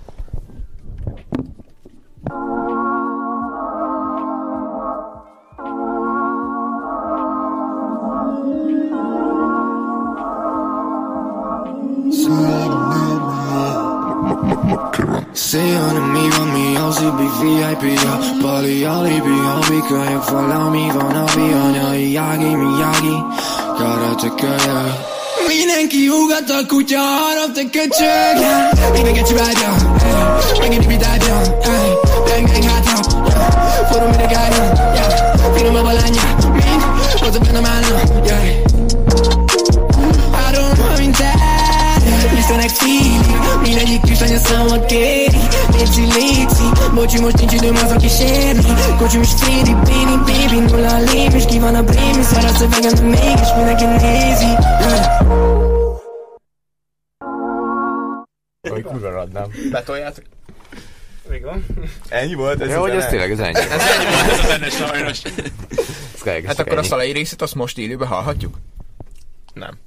Say on me, van mi az Ibbi VIP-ja Pali alibi, kölyök valami van a vianyai Miyagi, karate kölyök Mindenki húgat a kutya, harap te köcsög Mindenki vágya, megint Ibbi dágya Reng hátra, forró mint a gárja Finom a balánya, mind, ott a bennem állna Áron, mint te Istenek feeling, mindegyik kislánya számot kéri Léci, bocsi, most nincs időm azon kísérni Kocsim is féli, baby, nulla a lépés Ki van a brémi, szar a szövegem, de mégis mindenki nézi Hogy kurva radnám. Betoljátok? Még van? Ennyi volt? Ez hogy ez tényleg, ez ennyi. Ez ennyi volt, ez benne sajnos. Hát akkor a Szalai részét azt most élőben hallhatjuk? Nem.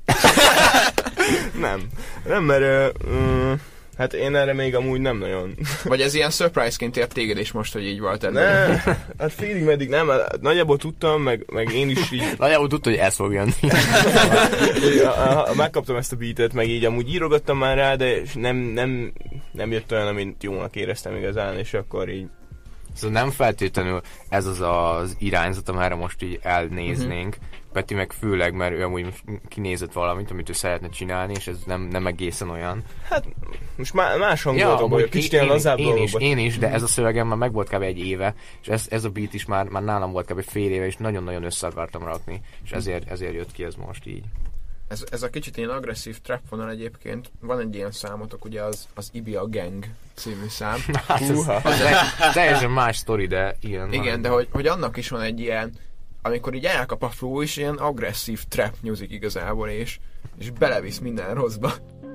Nem, mert hát én erre még amúgy nem nagyon. Vagy ez ilyen surprise-ként ért téged is most, hogy így volt ennél? Ne, hát félig meddig nem, nagyjából tudtam, meg én is így... Nagyjából tudtam, hogy ez fog jönni. Megkaptam ezt a beatet, meg így amúgy írogattam már rá, de nem jött olyan, amit jónak éreztem igazán, és akkor így... Szóval nem feltétlenül ez az irányzat, amire most így elnéznénk. Peti meg főleg, mert ő amúgy kinézett valamit, amit ő szeretne csinálni, és ez nem egészen olyan. Hát most más hangulatokban, hogy kicsit ilyen lazább dolgokban. Én is, de ez a szövegem már meg volt kb. Egy éve, és ez a beat is már nálam volt kb. Fél éve, és nagyon-nagyon össze akartam rakni, és ezért jött ki ez most így. Ez a kicsit ilyen agresszív trap vonal egyébként. Van egy ilyen számotok, ugye az Ibbi a Gang című szám. Hát teljesen más sztori, de ilyen. Igen, de hogy annak is van egy ilyen, amikor így elkap a flow is, ilyen agresszív trap music igazából, és belevisz minden rosszba.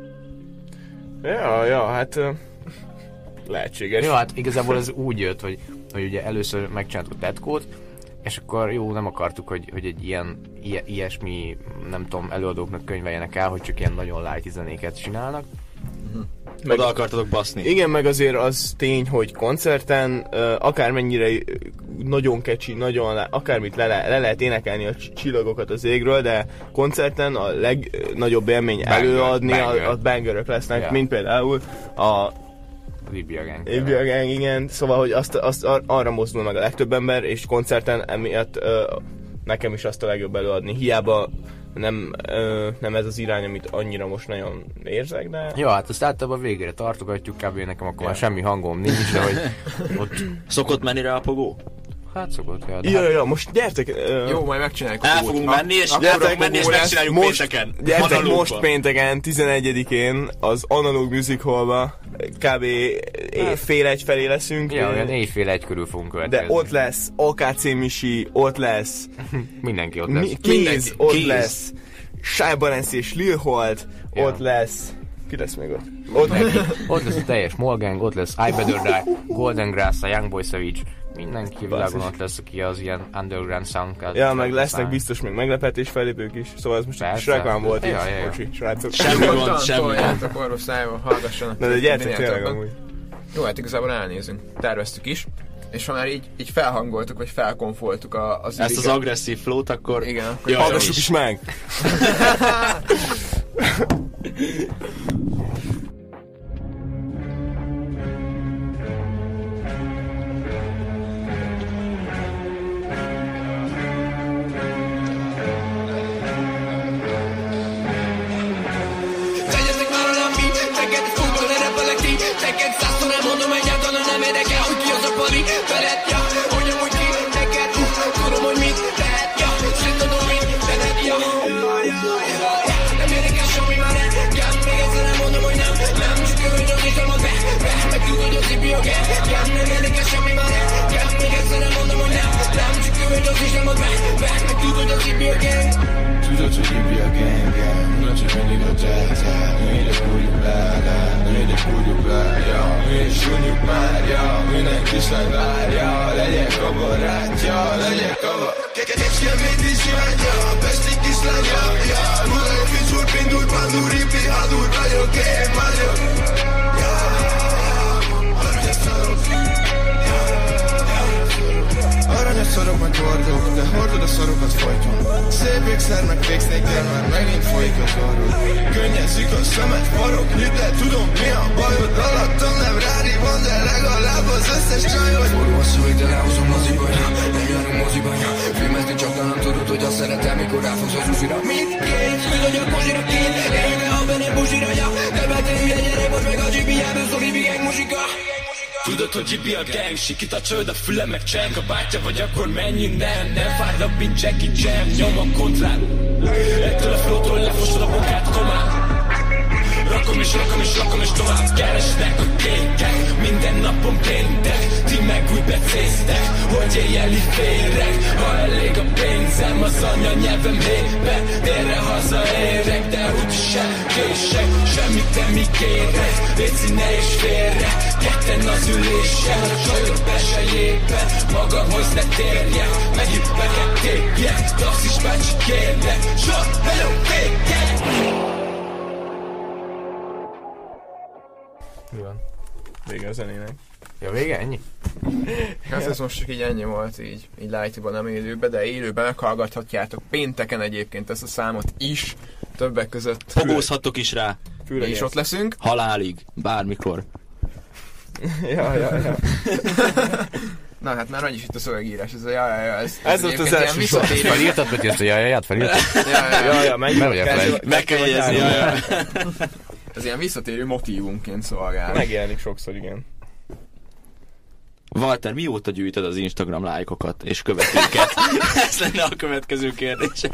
Ja, hát lehetséges. Jó, hát igazából ez úgy jött, hogy ugye először megcsináltuk a tetkót, És akkor jó, nem akartuk, hogy egy ilyesmi, nem tudom, előadóknak könyveljenek el, hogy csak ilyen nagyon light zenéket csinálnak. Oda akartatok baszni. Igen, meg azért az tény, hogy koncerten akármennyire nagyon kecsi, akármit le lehet énekelni a csillagokat az égről, de koncerten a legnagyobb élmény előadni, a bangerök lesznek, mint például a Libya Gang. Libya Gang, igen. Szóval, hogy azt arra mozdul meg a legtöbb ember, és koncerten emiatt nekem is azt a legjobb előadni. Hiába nem ez az irány, amit annyira most nagyon érzek, de... Ja, hát azt általában végére tartogatjuk, kb. Nekem akkor már semmi hangom nincs, de hogy ott... Szokott menni rá a pogó? Hát szokott, ja. Ja, most gyertek... Jó, majd megcsináljuk. El fogunk menni, és megcsináljuk pénteken. Gyertek most pénteken, 11-én az Analóg Music Hallba, kb. Fél egy felé leszünk. Ja, olyan éjfél egy körül fogunk következni. De ott lesz AKC Misi, ott lesz... Mindenki ott lesz. Kéz, ott lesz. Shy Balance és Lil Holt, ott lesz... Ki lesz még ott? Ott lesz a teljes Molgang, ott lesz I Better Die, Golden Grass, a Young Boy Savage, mindenki világon ott lesz, aki az ilyen underground soundkat. Ja, meg lesznek biztos még meglepetés fellépők is, szóval ez most egy kis reklám volt is. Bocsi, srácok. Semmi gond, semmi gond. Toljátok orvoszájba, hallgassanak. De gyertek tényleg amúgy. Jó, hát igazából elnézünk. Terveztük is. És ha már így felhangoltuk, vagy felkonfoltuk az ezt az agresszív flót, akkor... Igen, akkor hallgassuk is meg! Neked százszor elmondom, egyáltalán nem érdekel, hogy ki az a pari veled, ja, hogy amúgy ki neked, tudom, hogy mit tehet, ja, szét tudom, mit veled, ja, nem érdekel semmi már engem, még egyszer elmondom, hogy nem, csak ő, hogy az hiszem a be, meg tudod, hogy az ipi a gang, nem érdekel semmi már engem, még egyszer elmondom, hogy nem, csak ő, hogy az hiszem a be, meg tudod, hogy az ipi a gang. Tudod, hogy ipi a gang, tudod, hogy mindig a jazz, mindig fújjuk le, mindig fújjuk le, ja, mindig súnyjuk már, ja, minden kislány várja, legyek a barátja, legyek a Kecske mit is járja, pesti kislánya, ja, Rulai ficsúr, pindúr, pandúr, ipi, hadúr vagyok, én vagyok, ja, aranyat szarok, aranyat szarok, majd hordok, de hordod a szarokat folyton. Szép ékszer, meg féksnékkel, már megint folyik a torrod. Könnyezik a szemed, farok, de tudom mi a bajod. Alattam nem rádi van, de legalább az összes csajod. Forró a szüveg, de lehozom moziba, nem járunk moziba. Filmezni csak nem tudod, hogy azt szeretem, mikor ráfogsz az uzsira. Mit kész, bizonyok mozsira kész, érve a benne buzsira, ja. Ne betén hülye gyerek, most meg a GBM-ben szól, Ibi Gang muzsika. Tudod, hogy Ibi a gang, sikít a csőd, a füle meg cseng. A bátya vagy, akkor menj innen. Nem fájdalak, mint Jackie Chan, nyom a kontrán. Ettől a flótól lefosod a bonkát komán. Rakom és tovább keresnek a kékek. Minden napon péntek, ti meg úgy becéztek, hogy éjjeli férek. Ha elég a pénzem, az anyanyelvem hétbe, délre hazaérek, de úgyis sem kések. Semmit nem ígérek, léci ne is félre. Ketten az ülésen, a csajok besejében, magamhoz ne térjek, megint beket tépjek. Taxis bácsi kérlek, sok hello fékek. Mi van? Vége a zenének. Ja, vége? Ennyi? Hát ez most csak így ennyi volt, így lightiban, nem élőben, de élőben meghallgathatjátok pénteken egyébként ezt a számot is, többek között. Fogózhattok is rá. Mi is ott leszünk. Halálig, bármikor. Ja. Na hát már annyi is itt a szövegírás, ez a jajaja, ez volt az első sor. Felírtad, hogy ezt a jajaját felírtad? Ja, meg kell jegyezni, jaja. Ez ilyen visszatérő motívumként szolgál. Megjelenik sokszor, igen. Walter, mióta gyűjtöd az Instagram lájkokat és követőket? Ez lenne a következő kérdésem.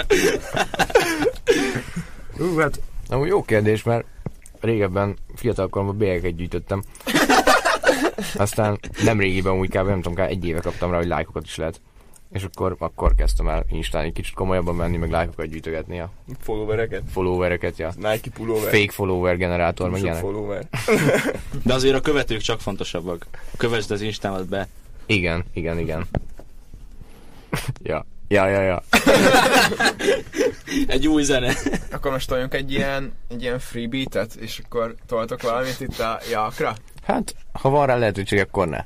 Hát, amúgy jó kérdés, mert régebben, fiatalkoromban bélyegeket gyűjtöttem. Aztán nem régiben úgy kb. Nem tudom, egy éve kaptam rá, hogy lájkokat is lehet. És akkor kezdtem el Instán egy kicsit komolyabban menni, meg lájkokat gyűjtögetni a followereket, ja. Nike pullover. Fake follower generátor, meg ilyenek. Follower. De azért a követők csak fontosabbak. Kövesd az Instámat be. Igen. Ja. Egy új zene. Akkor most toljunk egy ilyen free beatet, és akkor toltok valamit itt a jakra? Hát, ha van rá lehetőség, akkor ne.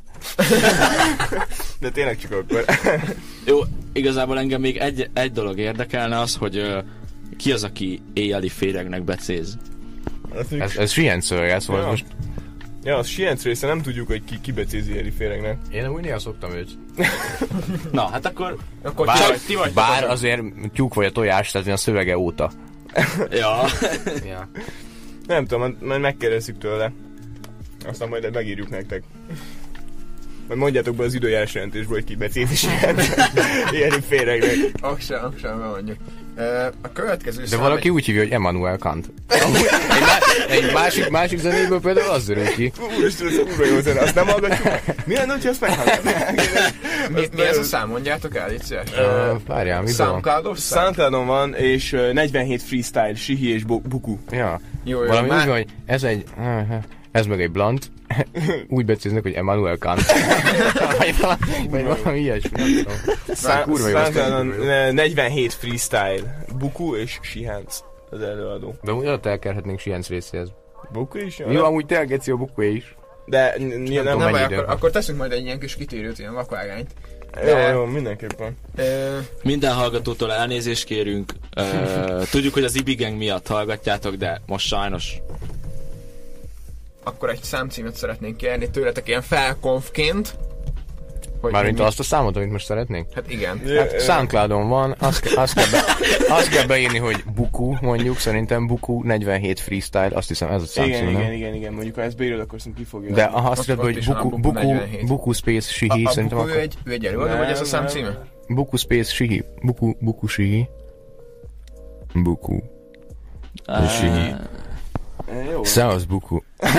De tényleg csak akkor. Jó, igazából engem még egy dolog érdekelne az, hogy ki az, aki éjjeli féregnek becéz. Ez Sienc szöveg, szóval most... Ja, az Sienc része, nem tudjuk, hogy ki becézi éjjeli féregnek. Én úgy néha szoktam őt. Na, hát akkor Bár azért tyúk vagy a tojás, tehát a szövege óta. Ja. Nem tudom, majd megkérdezzük tőle. Aztán majd megírjuk nektek. Majd mondjátok be az időjárás jelentésből, hogy ki becézi éjjeli féregnek. Aksan bemondjuk. A következő de valaki úgy hívja, hogy Emmanuel Kant. Egy másik zenéből például az örül ki. Úristen, ez úrra jó zene, azt nem hallgatjuk meg? Mi lenne, hogyha azt meghallgatnánk? Mi ez a szám? Mondjátok el, itt szíves. Várjál, mi SoundCloud-os szám? SoundCloudon van, és 47 freestyle, Sihi és Buku. Ja. Jó, valami úgy, hogy ez meg egy blunt, úgy becéznek, hogy Emmanuel Kant. vagy valami ilyesmi. SoundCloudon 47 freestyle, Buku és Sihánc az előadó. De úgy ott elkerhetnénk Sienc részéhez. Buku is? Mi van, amúgy te Geci a Bukué is. De nem baj, akkor teszünk majd egy ilyen kis kitérőt, ilyen vakvágányt. Jó, mindenképpen. Minden hallgatótól elnézést kérünk. Tudjuk, hogy az IBI Gang miatt hallgatjátok, de most sajnos. Akkor egy számcímet szeretnénk kérni tőletek ilyen felkonfként. Mármint azt a számot, amit most szeretnénk? Hát igen. Hát SoundCloudon van, azt kell beírni, hogy Buku, mondjuk, szerintem Buku 47 freestyle, azt hiszem ez a számcím, igen, mondjuk ha ezt beírod, akkor szerintem ki fogja. De azt kell, hogy Buku Space Sihi, szerintem akkor... Ő egy előadó, vagy ez a számcíme? Buku Space Sihi, Buku Sihi. Buku Sihi. Szevasz, Buku.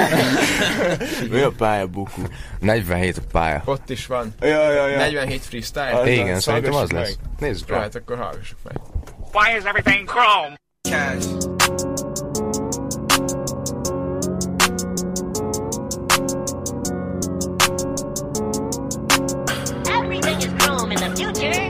Mi a pálya, Buku? 47 a pálya. Ott is van. Ja. 47 freestyle. Igen, szerintem az lesz. Nézzük rá. Hát akkor hallgassuk meg. Why is everything chrome? Cash. Everything is chrome in the future.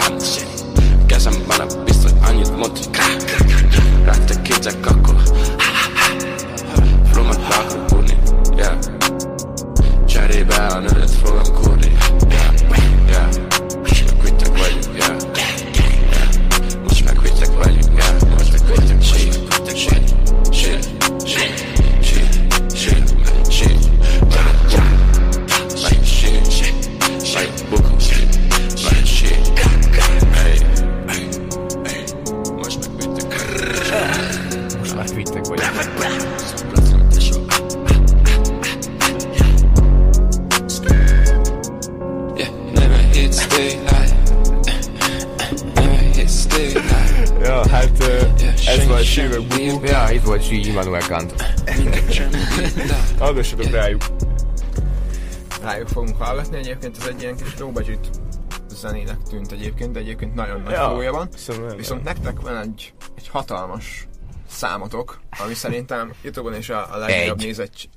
Kezem van a biztos annyit mondta, hogy rá te képzek akkor cserébe a nőt fogom kurni. Yeah, most meg vittek vagyunk, yeah. Most meg vittek vagyunk, yeah. Most meg vittek shit. Like buku shit, like shit. Hey, most meg vittek vagyunk. Most már vittek vagyunk. Ja, hát ez volt Sívek Bubu. Ja, itt volt Sí Immanuel Kant. Hallgassatok rájuk. Rájuk fogunk hallgatni, egyébként ez egy ilyen kis low budget zenének tűnt egyébként, de egyébként nagyon nagy flowja van. Viszont nektek van egy hatalmas számotok, ami szerintem YouTube-on is a legnagyobb nézettség.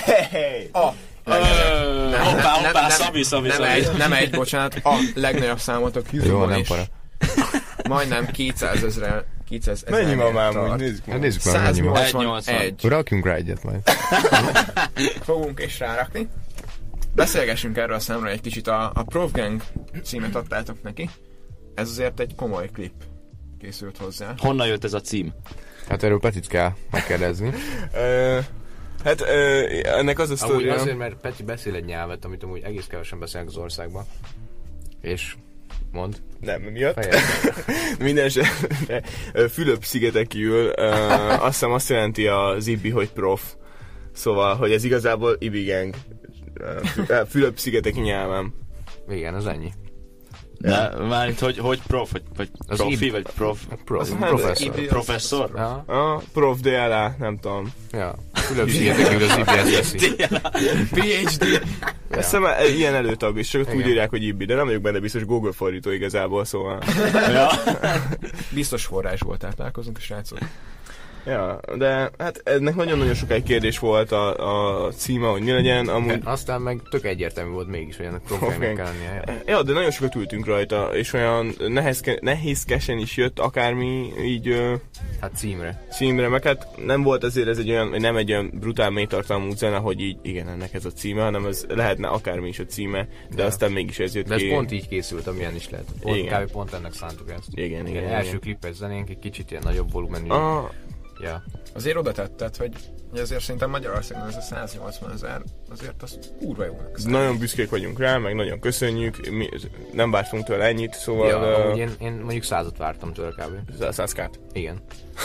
Nem egy, bocsánat, a legnagyobb számotok YouTube-on is. Majdnem 200 000. Mennyi ma már úgy? Nézzük már, mennyi ma. 181. Rakjunk rá egyet majd. Fogunk is rárakni. Beszélgessünk erről a számra egy kicsit. A Prof Gang címet adtátok neki. Ez azért egy komoly klip készült hozzá. Honnan jött ez a cím? Hát erről Petit kell megkérdezni. Hát ennek az a sztoria... Azért, mert Peti beszél egy nyelvet, amit amúgy egész kevesen beszélnek az országban. És mond. Nem, miatt. Mindenesetre Fülöp-szigetekül azt hiszem azt jelenti az Ibi, hogy prof. Szóval, hogy ez igazából Ibi Gang. Fülöp-szigeteki nyelvem. Igen, az ennyi. De mármint, hogy prof, vagy profi, vagy prof? Professzor. Professzor? Ja. Prof DLA, nem tudom. Ja. Fülöp-szigetekül az Ibi ezt veszi. PhD. Azt hiszem ilyen előtag, és csak úgy írják, hogy Ibi, de nem vagyok benne biztos, Google fordító igazából, szóval. Ja. Biztos forrásból táplálkozunk a srácok. Ja, de hát ennek nagyon-nagyon sokáig kérdés volt a címe, hogy mi legyen. Amúgy... Aztán meg tök egyértelmű volt mégis, hogy ennek profilnek kell lennie. Ja, de nagyon sokat ültünk rajta, és olyan nehézkesen is jött akármi így... Hát címre, meg hát nem volt azért ez egy olyan, nem egy olyan brutál mélytartalmú zene, hogy így igen, ennek ez a címe, hanem ez lehetne akármi is a címe, de aztán mégis ez jött ki. De ez ki. pont így készült, amilyen is lehet. Pont ennek szántuk ezt. Igen. Első klippes zenénk, egy kicsit ilyen nagyobb volumenű. Ja. Azért oda tetted, hogy azért szerintem Magyarországon ez a 180 000, azért az kurva jónak. Nagyon büszkék vagyunk rá, meg nagyon köszönjük, mi nem vártunk tőle ennyit, szóval... Ja, én mondjuk 100-at vártam tőle kb. 100-kát? Igen.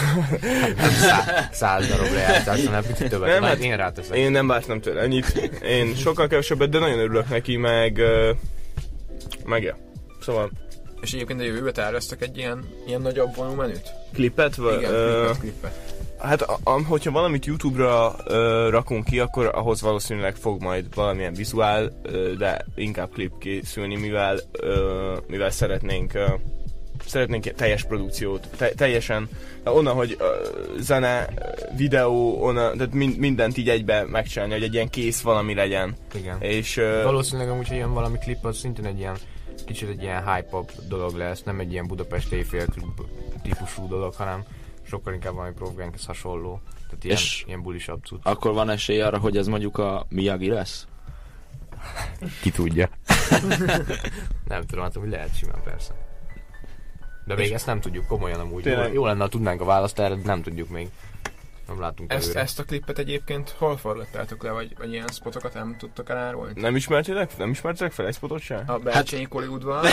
100 darab lejátszás, hanem picit többet. Nem, hát én ráteszek. Én nem vártam tőle ennyit. Én sokkal kevesebbet, de nagyon örülök neki, meg ja. Szóval... És egyébként a jövőbe terveztek egy ilyen nagyobb volumenűt? Klippet? Igen, klippet. Hát hogyha valamit YouTube-ra rakunk ki, akkor ahhoz valószínűleg fog majd valamilyen vizuál, de inkább klip készülni, mivel szeretnénk teljes produkciót, teljesen onnan, hogy zene, videó, onnan, tehát mindent így egybe megcsinálni, hogy egy ilyen kész valami legyen. Igen. És, valószínűleg amúgy, hogy ilyen valami klip, az szintén egy ilyen kicsit egy ilyen hype-up dolog lesz, nem egy ilyen Budapest éjfélklub típusú dolog, hanem sokkal inkább valami Prof Ganghez hasonló. Tehát ilyen bulisabb cucc. Akkor van esély arra, hogy ez mondjuk a Miyagi lesz? Ki tudja. Nem tudom, hát hogy lehet simán persze. De még ezt nem tudjuk komolyan amúgy. Jó lenne, ha tudnánk a választ erre, nem tudjuk még. Nem látunk előre. Ezt a klippet egyébként hol forgattátok le, vagy ilyen spotokat nem tudtok elárulni? Nem ismertétek fel egy spotot sem? A Belcsényi Koli udvar.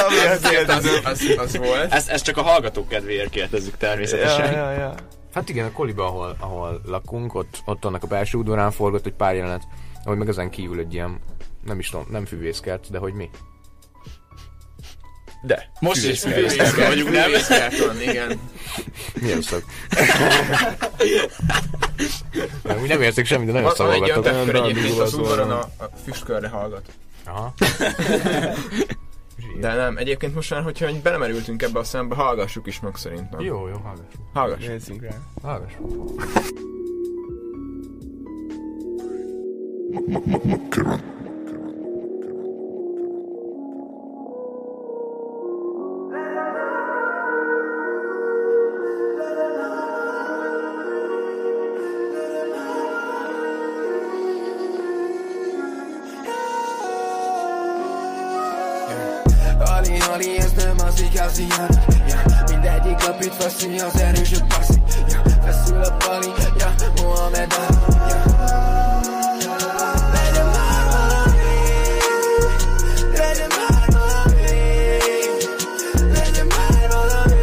Az volt. Ezt csak a hallgatók kedvéért kérdezzük természetesen. Ja. Hát igen, a Koliba, ahol lakunk, ott annak a belső udvarán forgott egy pár jelenet, ahogy meg ezen kívül egy ilyen, nem is tudom, nem füvészkert, de hogy mi? De. Most is füvészkert vagyunk, nem? Füvészkert, igen. Milyen szak? Nem értek semmit, de nagyon szavagatok. Van egy olyan egyébként az udvaron a füstkörre hallgat. Aha. De nem, egyébként most már, hogyha belemerültünk ebbe a szembe, hallgassuk is meg szerintem. Jó, hallgassuk. Nézzünk rá. Hallgassuk. Hali, ez nem az igazi Jani, mindegyik lapít faszi, az erősebb passzi, feszül a pali, Mohamed Ali, legyen már valami, legyen már valami, legyen már valami.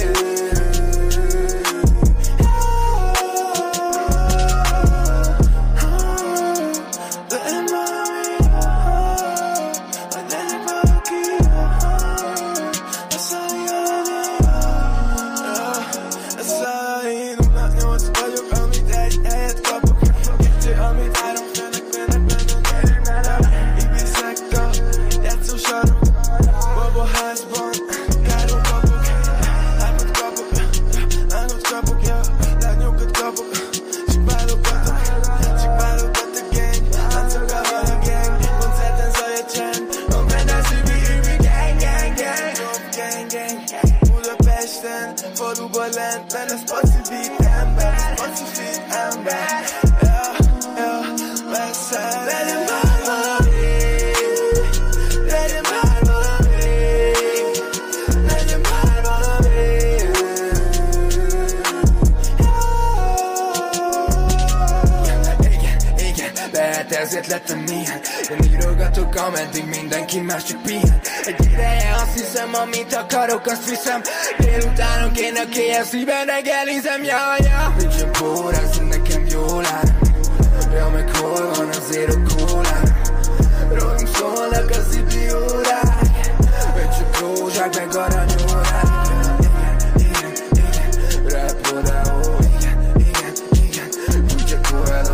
Ezért lettem ilyen, én írogatok, ameddig mindenki más csak pihen. Egy ideje azt hiszem, amit akarok, azt viszem. Délutánok én a KFC-ben reggelizem, ja. Nincsen bórázni, nekem jól áll. Ja, meg hol van azért a kólán. Rólunk szólnak az idiórák, vagy csak rózsák, meg aranyórák. Igen, rap rodeo, igen, úgy csak hello.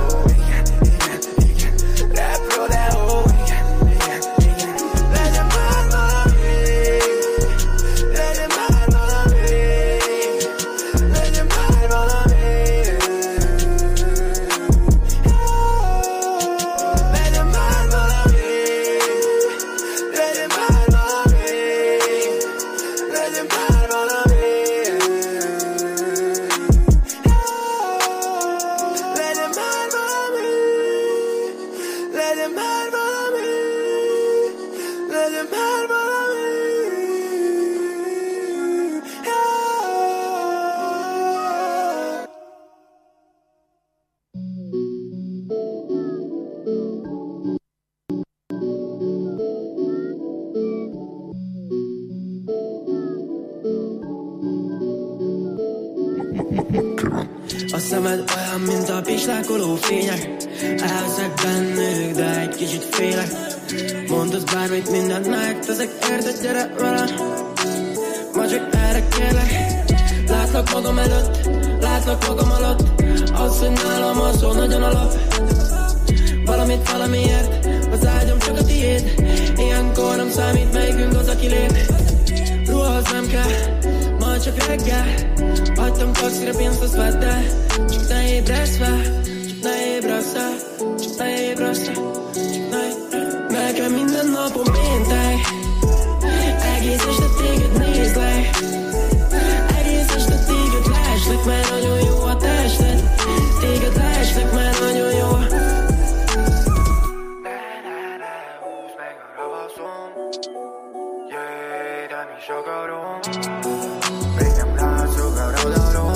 Legyen már valami, legyen már valami, legyen már valami, legyen már valami, legyen már valami, legyen már valami, legyen már valami. Legyen már valami, legyen már valami. A szemed olyan, mint a pislákoló fények. Elveszek bennük, de egy kicsit félek. Mondasz bármit, mindent megteszek, érted, gyere vele. Ma csak erre kérlek. Látlak magam előtt, látlak magam alatt. Az, hogy nálam alszol, nagyon alap. Valamit valamiért, az ágyam csak a tiéd. Ilyenkor nem számít, melyikünk az, aki lép. Ruhahoz nem kell, majd csak reggel. Hagytam taxira pénzt, azt vedd el. Csak ne ébredsz fel, csak ne ébredsz el, csak ne ébredsz el, csak ne ébredsz el. Nekem minden napom péntek, egész este téged nézlek. Egész este téged leslek, mert nagyon jó a tested. Téged leslek, mert nagyon jó. Húzd meg a ravaszom, jöjj, de mi is akarom. Még nem látszok a radaron.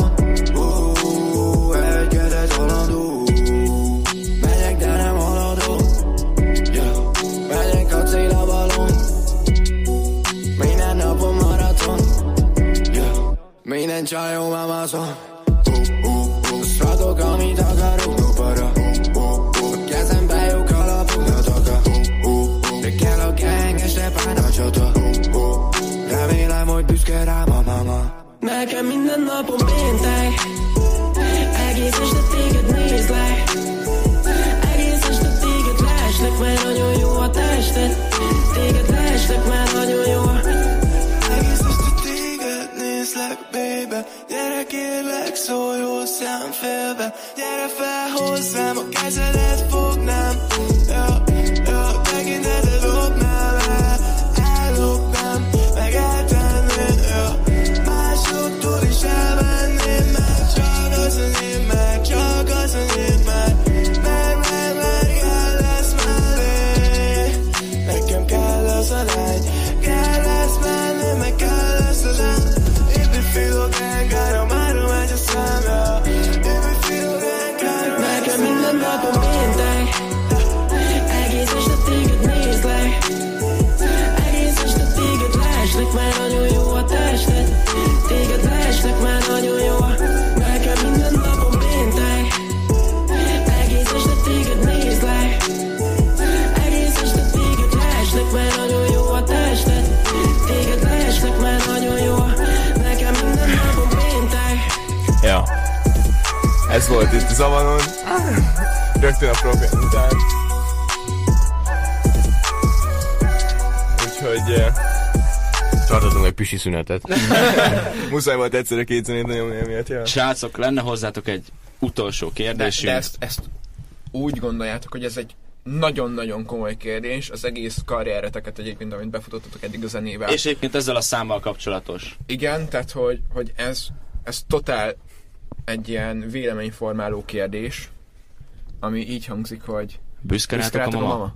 Elkezdett haladó. Megyek, de nem haladó. Megyek a cél a balon. Minden napon maraton. Minden csajom Amazon. Azt rakok, amit akarok. A kezembe jó kalapok. De kell a gang, este pár a csata. Remélem, hogy büszke rám a mama. Nekem minden napom péntek. Egész este téged nézlek. Egész este téged leslek, mert nagyon jó a tested. Téged leslek, mert nagyon jó. Egész este téged nézlek, baby. Gyere kérlek, volt itt Zavanon. Rögtön a program után. Úgyhogy... tartottunk egy pisi szünetet. Muszáj volt egyszerre 2 zenét nagyon miatt, ja. Srácok, lenne hozzátok egy utolsó kérdésünk. De ezt úgy gondoljátok, hogy ez egy nagyon-nagyon komoly kérdés, az egész karriereteket egyébként, amit befutottatok eddig a zenével. És egyébként ezzel a számmal kapcsolatos. Igen, tehát hogy ez totál egy ilyen véleményformáló kérdés, ami így hangzik, hogy büszke rátok a mama?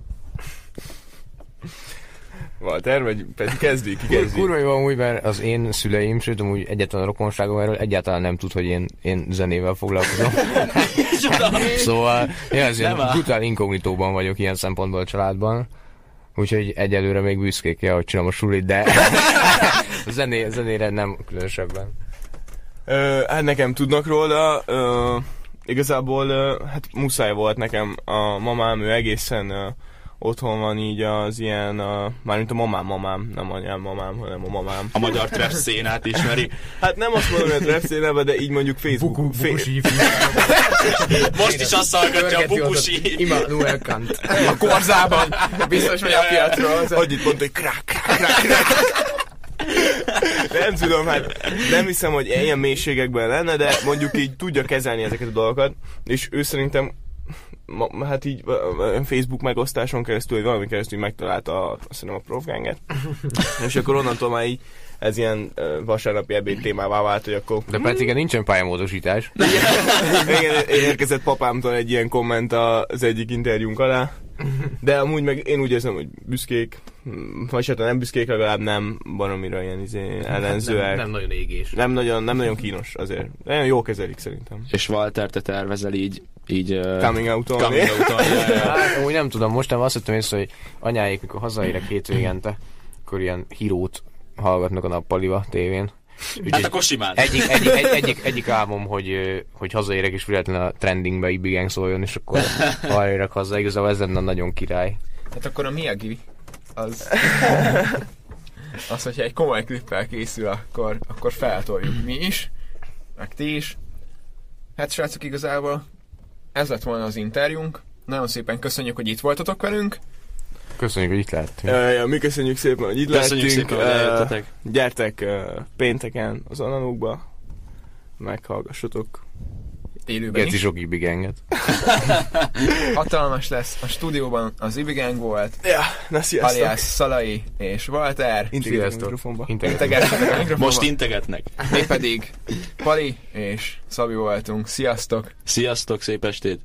Walter, vagy Peti kezdi? Ki kezdi? Kurva jó amúgy, mert az én szüleim, sőt amúgy egyetlen a rokonságom erről egyáltalán nem tud, hogy én zenével foglalkozom. Szóval én az ilyen brutál inkognitóban vagyok ilyen szempontból a családban. Úgyhogy egyelőre még büszkék kell, hogy csinálom a sulit, de zenére nem különösebben. Hát nekem tudnak róla. Igazából hát muszáj volt nekem a mamám, ő egészen otthon van így az ilyen, mármint a mamám, nem anyám mamám, hanem a mamám. A magyar trap szénát ismeri. Hát nem azt mondom, hogy a trap szénába, de így mondjuk Facebook. Most is azt hallgatja a Bukusi. Immanuel Kant. A korzában biztos, hogy a piacról. Hogy itt mondta, hogy krák. Nem tudom, hát nem hiszem, hogy ilyen mélységekben lenne, de mondjuk így tudja kezelni ezeket a dolgokat, és ő szerintem hát így Facebook megosztáson keresztül, vagy valami keresztül megtalálta azt hiszem a Profganget. És akkor onnantól már így ez ilyen vasárnapi ebéd témává vált, hogy akkor... De pedig nincsen pályamódosítás. Igen, érkezett papámtól egy ilyen komment az egyik interjúnk alá. De amúgy meg én úgy érzem, hogy büszkék, vagy hát nem büszkék, legalább nem baromira ilyen ellenzőek. Nem nagyon égés. Nem nagyon kínos azért. Nagyon jól kezelik szerintem. És Walter, te tervezel így coming out-olni. Hát, amúgy nem tudom, most nem azt hittem észre, hogy anyáik, mikor hazaérek hétvégente, akkor ilyen hírót hallgatnak a nappaliba tévén. Hát akkor simán. Egyik álmom, hogy hazaérek és véletlenül a trendingbe Ibi Gang szóljon, és akkor hazaérek haza. Igazából ez lenne nagyon király. Hát akkor a Miyagi az, hogyha egy komoly klippel készül, akkor feltoljuk mi is, meg ti is. Hát srácok, igazából ez lett volna az interjúnk. Nagyon szépen köszönjük, hogy itt voltatok velünk. Köszönjük, hogy itt lehettünk. Mi köszönjük szépen, hogy itt köszönjük lehettünk. Szépen, hogy eljöttetek. Gyertek pénteken az Ananókba, meghallgassatok. Élőben Geci sok Ibi Ganget. Hatalmas lesz. A stúdióban az Ibi Gang volt. Ja, na sziasztok. Alias Szalai és Walter. Integettek a mikrofonba. Integessetek a mikrofonba. Most integetnek. Mi pedig Pali és Szabi voltunk. Sziasztok. Sziasztok, szép estét.